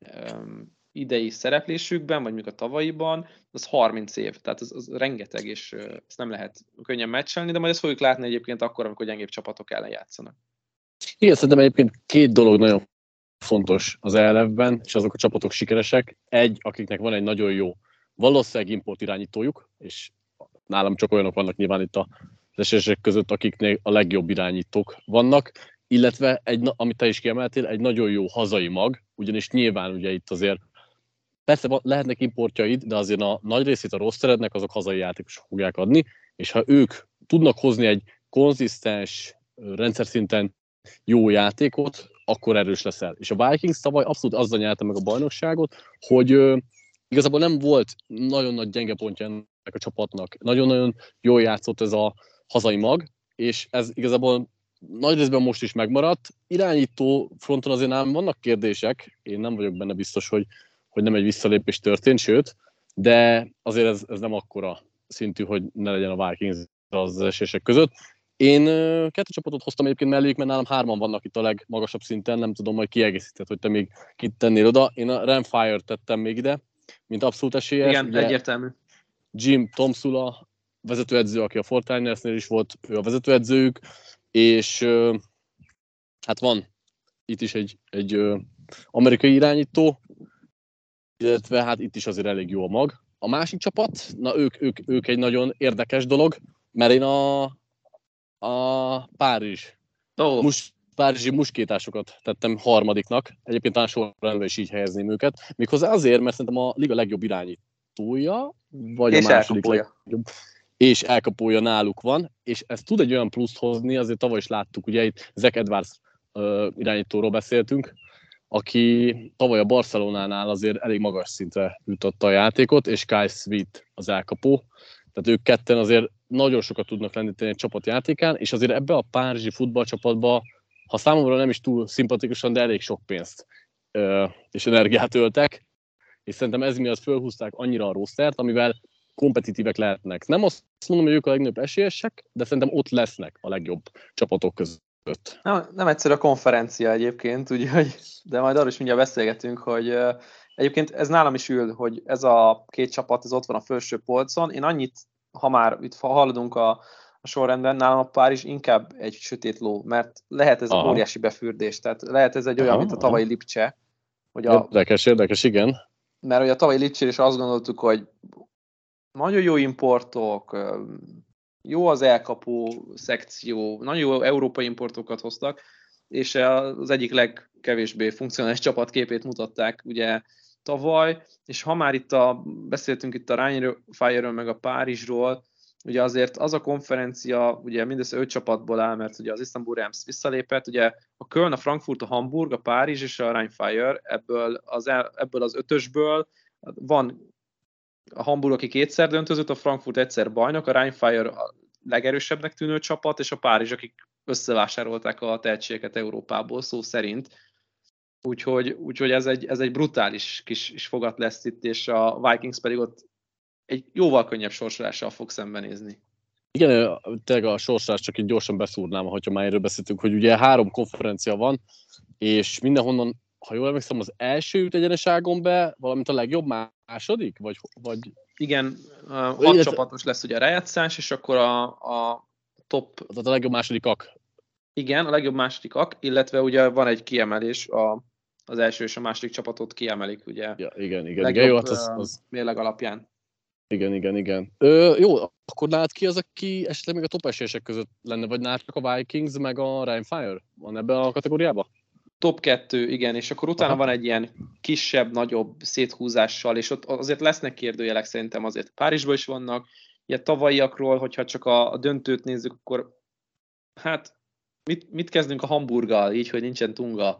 idei szereplésükben, vagy még a tavalyiban, az 30 év, tehát az rengeteg, és ezt nem lehet könnyen meccselni, de majd ezt fogjuk látni egyébként akkor, amikor gyengébb csapatok ellen játszanak. Igen, szerintem egyébként két dolog nagyon fontos az ELF-ben, és azok a csapatok sikeresek. Egy, akiknek van egy nagyon jó, valószínűleg import irányítójuk, és nálam csak olyanok vannak nyilván itt az esélyesek között, akiknél a legjobb irányítók vannak, illetve, amit te is kiemeltél, egy nagyon jó hazai mag, ugyanis nyilván ugye itt azért persze lehetnek importjaid, de azért a nagy részét a rosterednek azok hazai játékosok fogják adni, és ha ők tudnak hozni egy konzisztens, rendszer szinten jó játékot, akkor erős leszel. És a Vikings tavaly abszolút azzal nyerte meg a bajnokságot, hogy igazából nem volt nagyon nagy gyenge pontja ennek a csapatnak. Nagyon-nagyon jól játszott ez a hazai mag, és ez igazából nagy részben most is megmaradt. Irányító fronton azért nálam vannak kérdések, én nem vagyok benne biztos, hogy nem egy visszalépés történt, sőt, de azért ez nem akkora szintű, hogy ne legyen a Vikings az esélyesek között. Én kettő csapatot hoztam egyébként melléjük, mert nálam 3 vannak itt a legmagasabb szinten, nem tudom, majd kiegészített, hogy te még kit tennél oda. Én a Ramfire-t tettem még ide, mint abszolút esélyes. Igen, ugye, egyértelmű. Jim Tomsula, vezetőedző, aki a 49ersnél is volt, ő a vezetőedzőjük, és hát van itt is egy amerikai irányító, illetve hát itt is azért elég jó a mag. A másik csapat, na ők egy nagyon érdekes dolog, mert én a párizsi muskétásokat tettem harmadiknak, egyébként talán sorrendben is így helyezném őket, méghozzá azért, mert szerintem a liga legjobb irányítója, vagy és a második legjobb, és elkapója náluk van, és ez tud egy olyan pluszt hozni, azért tavaly is láttuk, ugye itt Zach Edwards irányítóról beszéltünk, aki tavaly a Barcelonánál azért elég magas szintre jutotta a játékot, és Kyle Sweet az elkapó. Tehát ők ketten azért nagyon sokat tudnak lendíteni egy csapat játékán, és azért ebbe a párizsi futballcsapatba, ha számomra nem is túl szimpatikusan, de elég sok pénzt és energiát öltek, és szerintem ez miatt fölhúzták annyira a rostert, amivel kompetitívek lehetnek. Nem azt mondom, hogy ők a legnagyobb esélyesek, de szerintem ott lesznek a legjobb csapatok között. Nem egyszerű a konferencia egyébként, úgyhogy, de majd arról is mindjárt beszélgetünk, hogy egyébként ez nálam is ül, hogy ez a két csapat, ez ott van a felső polcon. Én annyit, ha már itt haladunk a sorrendben, nálam a Párizs inkább egy sötét ló, mert lehet ez óriási befürdés, tehát lehet ez egy olyan, mint a tavalyi Lipcse. Hogy érdekes, igen. Mert hogy a tavalyi Lipcse is azt gondoltuk, hogy nagyon jó importok, jó az elkapó szekció, nagyon jó európai importokat hoztak, és az egyik legkevésbé funkcionális csapatképét mutatták ugye tavaly, és ha már beszéltünk itt a Ryan Fire-ről meg a Párizsról, ugye azért az a konferencia ugye mindössze 5 csapatból áll, mert ugye az Istanbul Rams visszalépett, ugye a Köln, a Frankfurt, a Hamburg, a Párizs és a Ryan Fire, ebből az 5-ösből van a Hamburg, aki 2-szer döntözött, a Frankfurt egyszer bajnok, a Rheinfire a legerősebbnek tűnő csapat, és a Párizs, akik összevásárolták a tehetségeket Európából, szó szerint. Úgyhogy ez egy brutális kis fogat lesz itt, és a Vikings pedig ott egy jóval könnyebb sorsolással fog szembenézni. Igen, tényleg a sorsolás csak így gyorsan beszúrnám, hogyha már erről beszéltünk, hogy ugye 3 konferencia van, és mindenhonnan, ha jól emlékszem, az első jut egyenes ágon be, valamint a legjobb második? Vagy... Igen, 6 csapatos lesz ugye a rájátszás, és akkor a top... Tehát a legjobb másodikak. Igen, a legjobb másodikak, illetve ugye van egy kiemelés, az első és a második csapatot kiemelik, ugye. Ja, igen. Legjobb jó, hát az... mérleg alapján. Igen. Jó, akkor nálad ki az, aki esetleg még a top esélyesek között lenne, vagy nálad csak a Vikings meg a Rheinfire? Van ebbe a kategóriába? Top 2, igen, és akkor utána van egy ilyen kisebb, nagyobb széthúzással, és ott azért lesznek kérdőjelek szerintem azért Párizsban is vannak, ilyen tavalyiakról, hogyha csak a döntőt nézzük, akkor hát mit kezdünk a Hamburggal, így, hogy nincsen Tunga.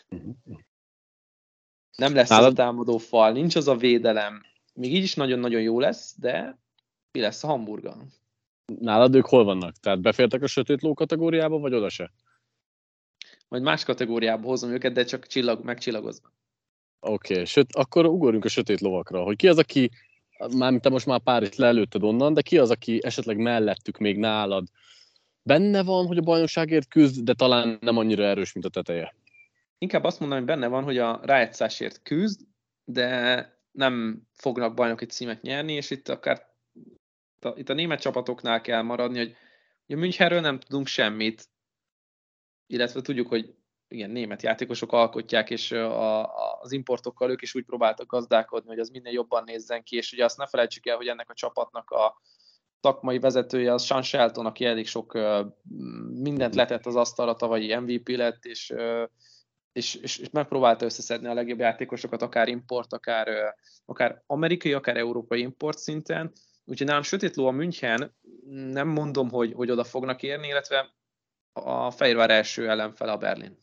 Nem lesz az a támadó fal, nincs az a védelem. Még így is nagyon-nagyon jó lesz, de mi lesz a Hamburggal? Nálad ők hol vannak? Tehát befértek a sötét ló kategóriába, vagy oda se? Majd más kategóriába hozom őket, de csak megcsillagozva. Oké, akkor ugorjunk a sötét lovakra. Hogy ki az, aki, mármint te most már Párizst lelőtted onnan, de ki az, aki esetleg mellettük még nálad benne van, hogy a bajnokságért küzd, de talán nem annyira erős, mint a teteje? Inkább azt mondom, hogy benne van, hogy a rájátszásért küzd, de nem fognak bajnoki címet nyerni, és itt akár itt a német csapatoknál kell maradni, hogy a Münchenről nem tudunk semmit, illetve tudjuk, hogy igen, német játékosok alkotják, és az importokkal ők is úgy próbáltak gazdálkodni, hogy az minél jobban nézzen ki, és ugye azt ne felejtsük el, hogy ennek a csapatnak a szakmai vezetője az Sean Shelton, aki elég sok mindent letett az asztalra, tavalyi MVP lett, és megpróbálta összeszedni a legjobb játékosokat, akár import, akár amerikai, akár európai import szinten. Úgyhogy nálam sötét ló a München, nem mondom, hogy oda fognak érni, illetve a Fehérvár első ellenfele a Berlin.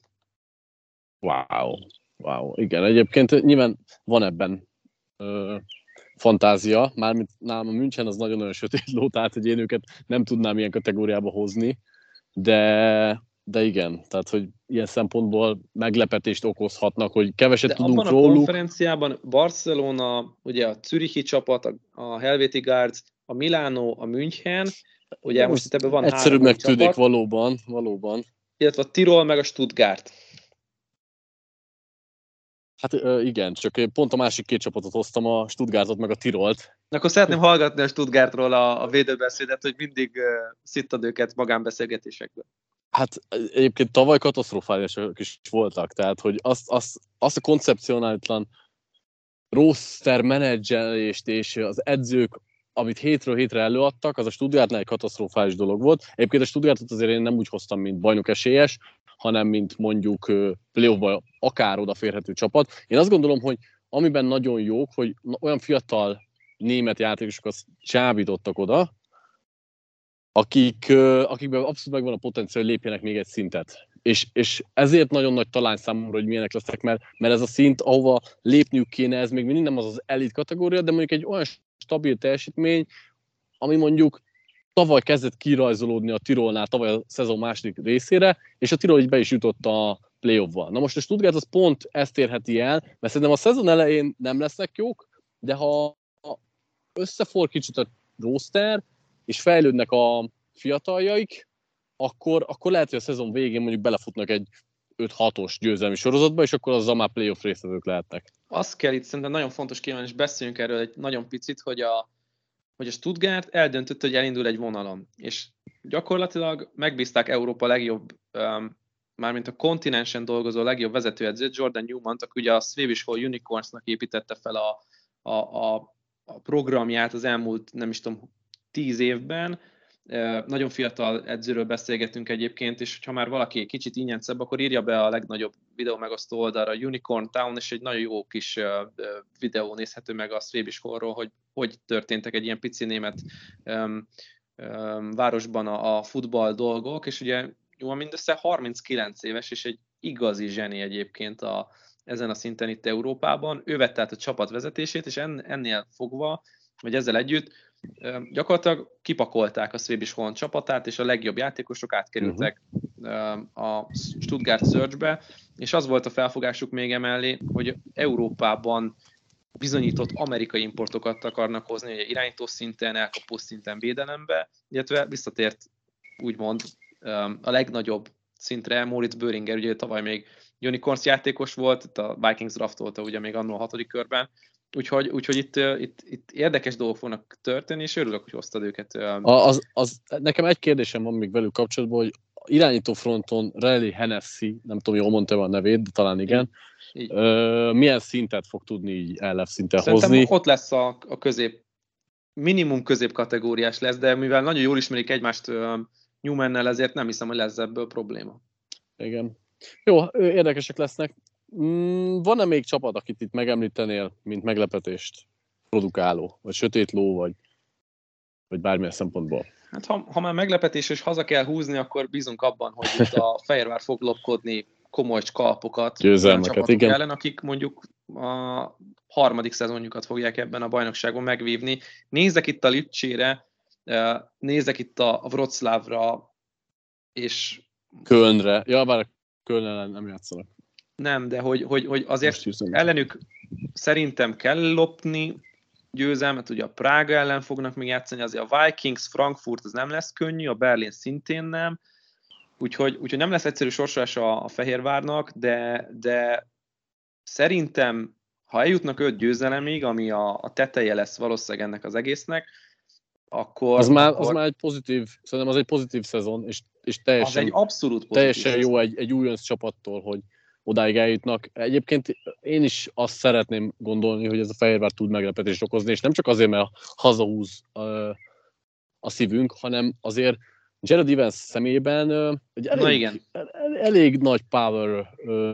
Wow. Igen, egyébként nyilván van ebben fantázia, mármint nálam a München az nagyon-nagyon sötét ló, tehát hogy én őket nem tudnám ilyen kategóriába hozni, de igen, tehát hogy ilyen szempontból meglepetést okozhatnak, hogy keveset tudunk róluk. Abban a konferenciában Barcelona, ugye a Zürichi csapat, a Helvéti Guards, a Milano, a München, ugye most itt ebben van egyszerűbbnek tűnik, valóban. Illetve a Tirol meg a Stuttgart. Hát igen, csak pont a másik két csapatot hoztam, a Stuttgartot meg a Tirolt. Akkor szeretném hallgatni a Stuttgartról a védőbeszédet, hogy mindig szittad őket magánbeszélgetésekben. Hát egyébként tavaly katasztrofálisak is voltak, tehát hogy azt a koncepcionáltlan roster menedzselést és az edzők, amit hétről hétre előadtak, az a Stuttgartnál egy katasztrofális dolog volt. Egyébként a Stuttgartot azért én nem úgy hoztam, mint bajnok esélyes, hanem mint mondjuk playoffba akár odaférhető csapat. Én azt gondolom, hogy amiben nagyon jók, hogy olyan fiatal német játékosokat csábítottak oda, akikben abszolút megvan a potenciál, hogy lépjenek még egy szintet. És ezért nagyon nagy talány számomra, hogy milyenek lesznek, mert ez a szint, ahova lépniük kéne, ez még mindig nem az elit kategória, de mondjuk egy olyan stabil teljesítmény, ami mondjuk tavaly kezdett kirajzolódni a Tirolnál, tavaly a szezon második részére, és a Tirol így be is jutott a playoffval. Na most a Stuttgart az pont ezt érheti el, mert szerintem a szezon elején nem lesznek jók, de ha összefor kicsit a roster, és fejlődnek a fiataljaik, akkor lehet, hogy a szezon végén mondjuk belefutnak egy 5-6-os győzelmi sorozatba, és akkor azzal már playoff résztvevők lehetnek. Azt kell itt szerintem nagyon fontos kiemelni, és beszéljünk erről egy nagyon picit, hogy a Stuttgart eldöntött, hogy elindul egy vonalon, és gyakorlatilag megbízták Európa legjobb, mármint a kontinensen dolgozó legjobb vezetőedzőt, Jordan Newman-t, aki ugye a Swedish Hall Unicornsnak építette fel a programját az elmúlt, nem is tudom, 10 évben. Nagyon fiatal edzőről beszélgetünk egyébként, és ha már valaki kicsit ingyencebb, akkor írja be a legnagyobb videó megosztó oldalra, Unicorn Town, és egy nagyon jó kis videó nézhető meg a Swedish Hallról, hogy történtek egy ilyen pici német városban a futball dolgok, és ugye jó, mindössze 39 éves, és egy igazi zseni egyébként ezen a szinten itt Európában. Ő vette át a csapat vezetését, és ennél fogva, vagy ezzel együtt gyakorlatilag kipakolták a Swedish Hall csapatát, és a legjobb játékosok átkerültek a Stuttgart Surge-be, és az volt a felfogásuk még emellé, hogy Európában bizonyított amerikai importokat akarnak hozni, ugye irányító szinten, elkapó szinten, védelembe, illetve visszatért úgymond a legnagyobb szintre Moritz Böhringer, ugye tavaly még Unicorns játékos volt, itt a Vikings draftolta ugye még annól a 6. körben, úgyhogy itt érdekes dolgok fognak történni, és örülök, hogy hoztad őket. Nekem egy kérdésem van még velük kapcsolatban, hogy irányító fronton Riley Hennessy, nem tudom, jól mondtam a nevét, de talán igen, így. Milyen szintet fog tudni így LF szinten Szerintem hozni? Ott lesz a közép, minimum középkategóriás lesz, de mivel nagyon jól ismerik egymást Newmannel, ezért nem hiszem, hogy lesz ebből probléma. Igen. Jó, érdekesek lesznek. Van-e még csapat, akit itt megemlítenél, mint meglepetést produkáló, vagy sötét ló, vagy vagy bármilyen szempontból. Hát ha már meglepetés és haza kell húzni, akkor bízunk abban, hogy itt a Fehérvár fog lopkodni komoly skalpokat olyan csapatok igen. ellen, akik mondjuk a harmadik szezonjukat fogják ebben a bajnokságon megvívni. Nézzek itt a Lipcsére, nézzek itt a Wroclawra, és... Kölnre. Ja, bár Köln ellen nem játszanak. Nem, de hogy azért ellenük szerintem kell lopni győzelmet, ugye a Prága ellen fognak még játszani, azért a Vikings, Frankfurt az nem lesz könnyű, a Berlin szintén nem, úgyhogy nem lesz egyszerű sorsolás a Fehérvárnak, de szerintem, ha eljutnak 5 győzelemig, ami a teteje lesz valószínűleg ennek az egésznek, akkor... Az már egy pozitív, szerintem az egy pozitív szezon, és teljesen, az egy abszolút teljesen jó egy újonc csapattól, hogy odáig eljutnak. Egyébként én is azt szeretném gondolni, hogy ez a Fehérvár tud meglepetést okozni, és nem csak azért, mert hazahúz a szívünk, hanem azért Jared Evans személyében egy elég nagy power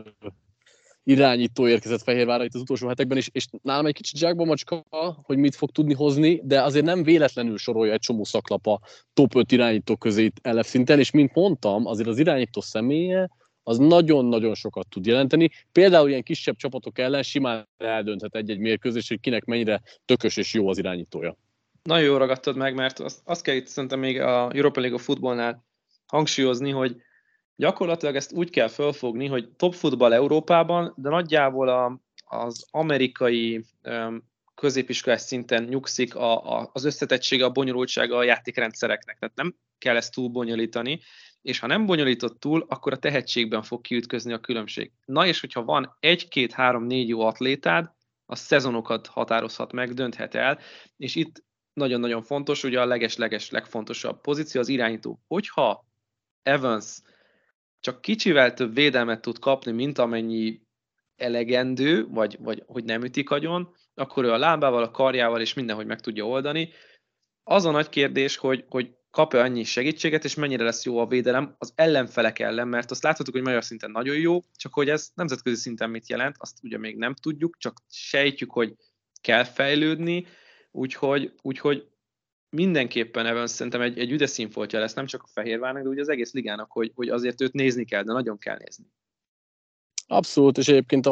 irányító érkezett Fehérvárra itt az utolsó hetekben, és nálam egy kicsit zsákba macska, hogy mit fog tudni hozni, de azért nem véletlenül sorolja egy csomó szaklap a top 5 irányító közé itt LF szinten, és mint mondtam, azért az irányító személye az nagyon-nagyon sokat tud jelenteni. Például ilyen kisebb csapatok ellen simán eldönthet egy-egy mérkőzés, hogy kinek mennyire tökös és jó az irányítója. Nagyon jól ragadtad meg, mert azt kell itt szerintem még a Europa League of Footballnál hangsúlyozni, hogy gyakorlatilag ezt úgy kell fölfogni, hogy top futball Európában, de nagyjából az amerikai középiskolás szinten nyugszik az összetettsége, a bonyolultsága a játékrendszereknek. Tehát nem kell ezt túl bonyolítani, és ha nem bonyolított túl, akkor a tehetségben fog kiütközni a különbség. Na és hogyha van 1, 2, 3, 4 jó atlétád, a szezonokat határozhat meg, dönthet el, és itt nagyon-nagyon fontos, ugye a leges-leges legfontosabb pozíció az irányító. Hogyha Evans csak kicsivel több védelmet tud kapni, mint amennyi elegendő, vagy hogy nem ütik agyon, akkor ő a lábával, a karjával és mindenhogy meg tudja oldani. Az a nagy kérdés, hogy kap-e annyi segítséget, és mennyire lesz jó a védelem az ellenfelek ellen, mert azt láthatjuk, hogy magyar szinten nagyon jó, csak hogy ez nemzetközi szinten mit jelent, azt ugye még nem tudjuk, csak sejtjük, hogy kell fejlődni, úgyhogy mindenképpen Evans szerintem egy üdes színfoltja lesz, nem csak a Fehérvárnak, de ugye az egész ligának, hogy azért őt nézni kell, de nagyon kell nézni. Abszolút, és egyébként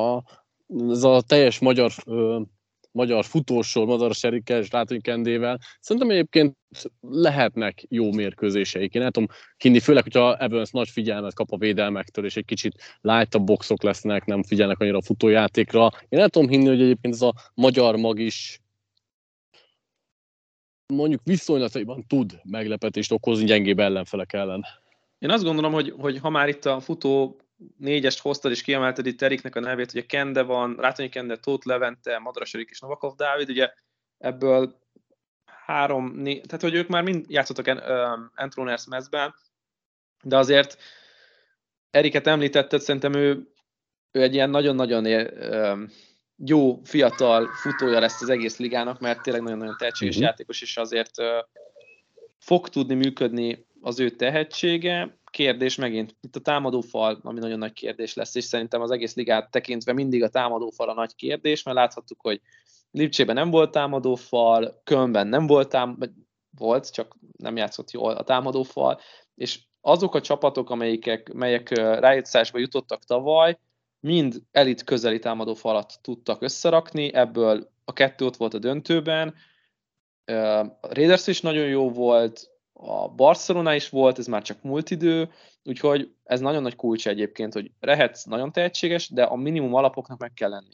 ez a teljes magyar futósor, Madara Serikkel és Látónyi Kendével szerintem egyébként lehetnek jó mérkőzéseik. Én el tudom hinni, főleg, hogyha Evans nagy figyelmet kap a védelmektől, és egy kicsit lightabb boxok lesznek, nem figyelnek annyira a futójátékra. Én el tudom hinni, hogy egyébként ez a magyar mag is mondjuk viszonylataiban tud meglepetést okozni gyengébb ellenfelek ellen. Én azt gondolom, hogy ha már itt a futó 4-est hoztad és kiemelted itt Eriknek a nevét, ugye Kende van, Látónyi Kende, Tóth Levente, Madras Erik és Novakov Dávid, ugye ebből 3, tehát hogy ők már mind játszottak Entroners mezben, de azért Eriket említetted, szerintem ő egy ilyen nagyon-nagyon jó, fiatal futója lesz az egész ligának, mert tényleg nagyon-nagyon tehetséges játékos, és azért fog tudni működni az ő tehetsége. Kérdés megint, itt a támadófal, ami nagyon nagy kérdés lesz, és szerintem az egész ligát tekintve mindig a támadófal a nagy kérdés, mert láthattuk, hogy Lipcsében nem volt támadófal, Kölnben nem volt, csak nem játszott jól a támadófal, és azok a csapatok, melyek rájátszásba jutottak tavaly, mind elit közeli támadófalat tudtak összerakni, ebből a 2 ott volt a döntőben, a Raiders is nagyon jó volt, a Barcelona is volt, ez már csak múlt idő, úgyhogy ez nagyon nagy kulcs egyébként, hogy Rehetsz nagyon tehetséges, de a minimum alapoknak meg kell lenni.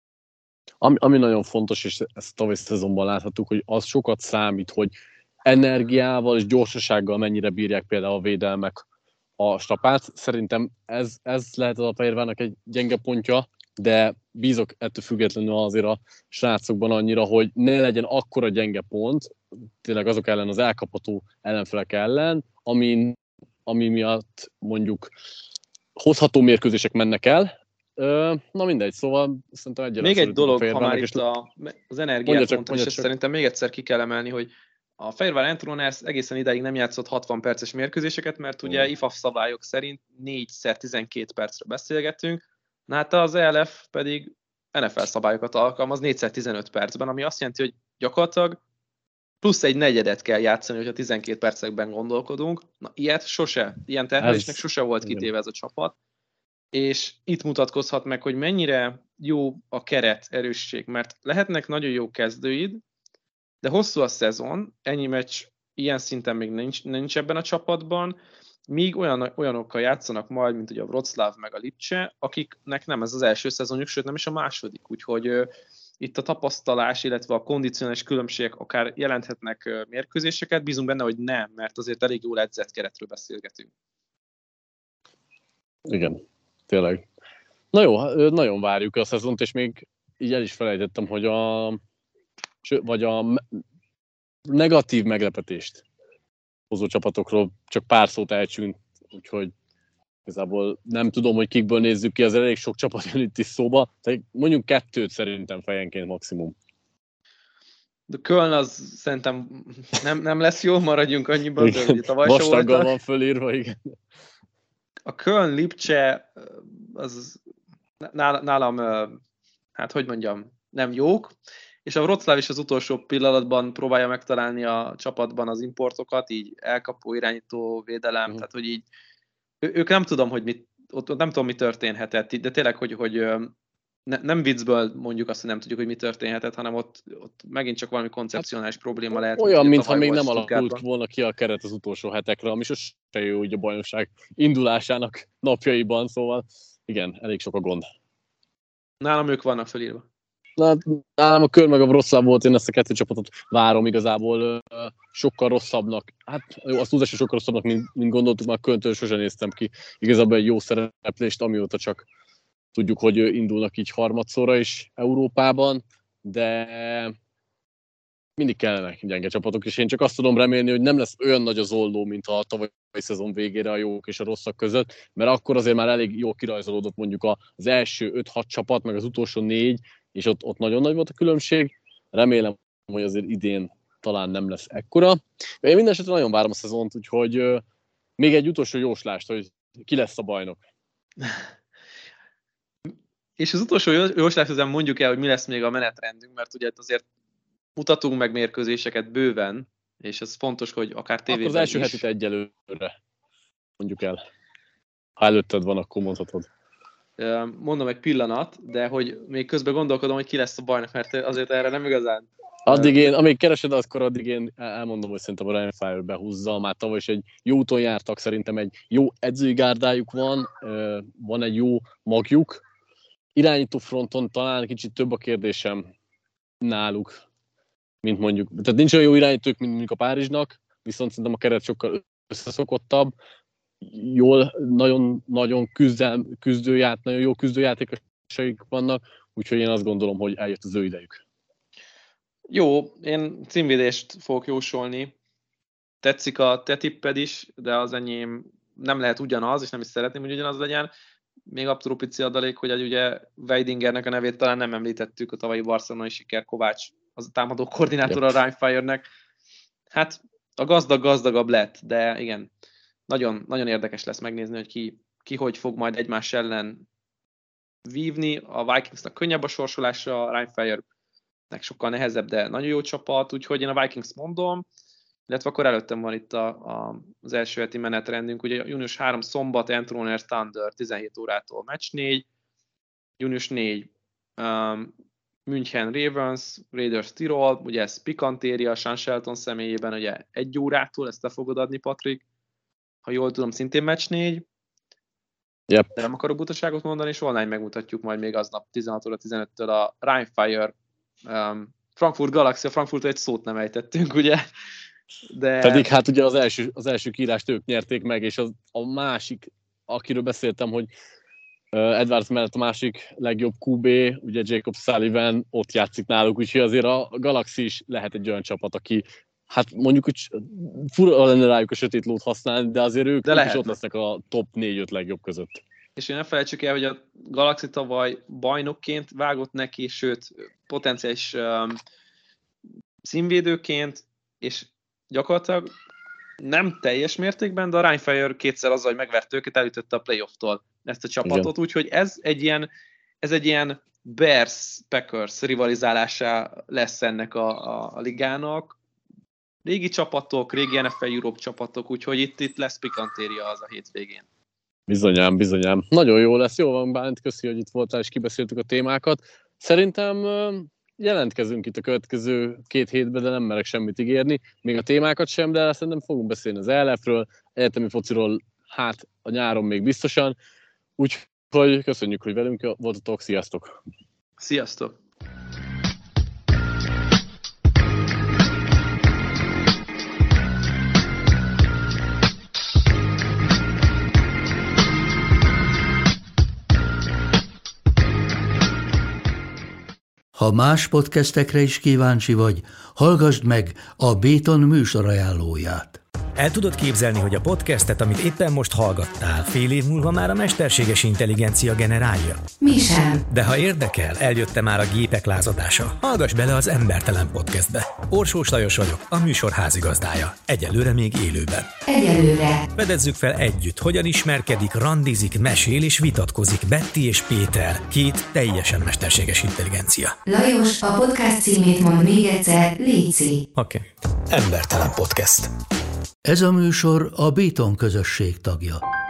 Ami nagyon fontos, és ezt tavalyi szezonban láthattuk, hogy az sokat számít, hogy energiával és gyorsasággal mennyire bírják például a védelmek a strapát. Szerintem ez lehet a Fehérvárnak egy gyenge pontja, de bízok ettől függetlenül azért a srácokban annyira, hogy ne legyen akkora gyenge pont, tényleg azok ellen, az elkapható ellenfelek ellen, ami miatt mondjuk hozható mérkőzések mennek el. Na mindegy, szóval szerintem egyre. Még egy dolog, ha már itt az energiát mondtam, és ezt szerintem még egyszer ki kell emelni, hogy a Fehérvár Entroners egészen idáig nem játszott 60 perces mérkőzéseket, mert ugye IFAF szabályok szerint 4x12 percre beszélgetünk, na hát az ELF pedig NFL szabályokat alkalmaz 4x15 percben, ami azt jelenti, hogy gyakorlatilag plusz egy negyedet kell játszani, hogyha 12 percekben gondolkodunk. Na, ilyet sose, ilyen terhelésnek sose volt kitéve ez a csapat, és itt mutatkozhat meg, hogy mennyire jó a keret erősség, mert lehetnek nagyon jó kezdőid, de hosszú a szezon, ennyi meccs ilyen szinten még nincs ebben a csapatban, míg olyanokkal játszanak majd, mint ugye a Wroclaw meg a Lipcse, akiknek nem ez az első szezonjuk, sőt nem is a második, úgyhogy itt a tapasztalás, illetve a kondicionális különbségek akár jelenthetnek mérkőzéseket, bízunk benne, hogy nem, mert azért elég jól edzett keretről beszélgetünk. Igen, tényleg. Na jó, nagyon várjuk a szezont, és még így el is felejtettem, hogy a negatív meglepetést hozó csapatokról csak pár szót ejtsünk, úgyhogy igazából nem tudom, hogy kikből nézzük ki, az elég sok csapat jön itt is szóba, tehát mondjuk 2 szerintem fejenként maximum. De Köln az szerintem nem lesz jó, maradjunk annyiban, de ugye tavaly se vastaggal voltak. van fölírva, igen. A Köln Lipcse az nálam, hát hogy mondjam, nem jók, és a Wroclaw is az utolsó pillanatban próbálja megtalálni a csapatban az importokat, így elkapó, irányító, védelem, tehát hogy így ők nem tudom, hogy ott nem tudom, mi történhetett, de tényleg, hogy nem viccből mondjuk azt, hogy nem tudjuk, hogy mi történhetett, hanem ott megint csak valami koncepcionális probléma lehet. Olyan, mintha még nem alakult volna ki a keret az utolsó hetekre, ami sose jó úgy a bajnokság indulásának napjaiban, szóval igen, elég sok a gond. Nálam ők vannak felírva. Nálam a Köln meg a Wroclaw volt, én ezt a 2 csapatot várom igazából sokkal rosszabbnak. Hát jó, azt túlzás sokkal rosszabbnak, mint gondoltuk, már Kölntől sosem néztem ki igazából egy jó szereplést, amióta csak tudjuk, hogy indulnak így harmadszorra is Európában, de mindig kellenek gyenge csapatok, és én csak azt tudom remélni, hogy nem lesz olyan nagy az olló, mint a tavalyi szezon végére a jók és a rosszak között, mert akkor azért már elég jól kirajzolódott mondjuk az első 5-6 csapat, meg az utolsó 4, és ott nagyon nagy volt a különbség. Remélem, hogy azért idén talán nem lesz ekkora. Én minden esetre nagyon várom a szezont, úgyhogy még egy utolsó jóslást, hogy ki lesz a bajnok. És az utolsó jóslás ezen mondjuk el, hogy mi lesz még a menetrendünk, mert ugye azért mutatunk meg mérkőzéseket bőven, és ez fontos, hogy akár tévében akkor az első hetit egyelőre mondjuk el. Ha előtted van, akkor mondhatod. Mondom egy pillanat, de hogy még közben gondolkodom, hogy ki lesz a bajnok, mert azért erre nem igazán. Amíg keresed, akkor addig én elmondom, hogy szerintem a Ryan Fire behúzza. Már tavaly is egy jó úton jártak, szerintem egy jó edzői gárdájuk van egy jó magjuk. Irányító fronton talán kicsit több a kérdésem náluk, mint mondjuk. Tehát nincs olyan jó irányítók, mint mondjuk a Párizsnak, viszont szerintem a keret sokkal összeszokottabb. Nagyon jó küzdőjátékosaik vannak, úgyhogy én azt gondolom, hogy eljött az ő idejük. Jó, én címvédést fogok jósolni. Tetszik a te tipped is, de az enyém nem lehet ugyanaz, és nem is szeretném, hogy ugyanaz legyen. Még apró pici adalék, hogy ugye Weidingernek a nevét talán nem említettük, a tavalyi barcelonai siker Kovács, az a támadó koordinátor a Rheinfire-nek. Hát a gazdag gazdagabb lett, de igen, nagyon, nagyon érdekes lesz megnézni, hogy ki hogy fog majd egymás ellen vívni. A Vikingsnak könnyebb a sorsolása, a Rheinfire-nek sokkal nehezebb, de nagyon jó csapat, úgyhogy én a Vikings mondom, illetve akkor előttem van itt az első heti menetrendünk, ugye június 3 szombat, Antroner Thunder 17 órától meccs 4, június 4 München Ravens, Raiders Tirol, ugye ez Pikantéria, Sean Shelton személyében ugye 1 órától, ezt te fogod adni, Patrik, ha jól tudom, szintén meccs 4, Yep. De nem akarok butaságot mondani, és online megmutatjuk majd még aznap 16 óra 15-től a Rheinfire Frankfurt Galaxy, a Frankfurtól egy szót nem ejtettünk, ugye? De... Pedig hát ugye az első kiírást ők nyerték meg, és a másik, akiről beszéltem, hogy Edwards mellett a másik legjobb QB, ugye Jacob Sullivan ott játszik náluk, úgyhogy azért a Galaxy is lehet egy olyan csapat, aki hát mondjuk, hogy fura lenne rájuk a sötét lót használni, de azért ők is ott lesznek a top 4-5 legjobb között. És én ne felejtsük el, hogy a Galaxy tavaly bajnokként vágott neki, sőt, potenciális színvédőként, és gyakorlatilag nem teljes mértékben, de a Rheinfire kétszer azzal, hogy megvert őket, elütötte a playoff-tól ezt a csapatot, úgyhogy ez egy ilyen Bears-Packers rivalizálása lesz ennek a ligának. régi csapatok, régi NFL Europe csapatok, úgyhogy itt lesz pikantéria az a hétvégén. Bizonyám. Nagyon jó lesz. Jó van, Bálint, köszi, hogy itt voltál, és kibeszéltük a témákat. Szerintem jelentkezünk itt a következő 2 hétben, de nem merek semmit ígérni. Még a témákat sem, de szerintem fogunk beszélni az ELF-ről, egyetemi fociról, hát a nyáron még biztosan. Úgyhogy köszönjük, hogy velünk voltatok. Sziasztok! Sziasztok! Ha más podcastekre is kíváncsi vagy, hallgassd meg a Béton műsor ajánlóját. El tudod képzelni, hogy a podcastet, amit éppen most hallgattál, fél év múlva már a mesterséges intelligencia generálja? Mi sem. De ha érdekel, eljött már a gépek lázadása. Hallgass bele az Embertelen Podcastbe. Orsós Lajos vagyok, a műsor házigazdája. Egyelőre még élőben. Egyelőre. Fedezzük fel együtt, hogyan ismerkedik, randizik, mesél és vitatkozik Betty és Péter, 2 teljesen mesterséges intelligencia. Lajos, a podcast címét mondd még egyszer, léci. Oké. Embertelen Podcast. Ez a műsor a Béton közösség tagja.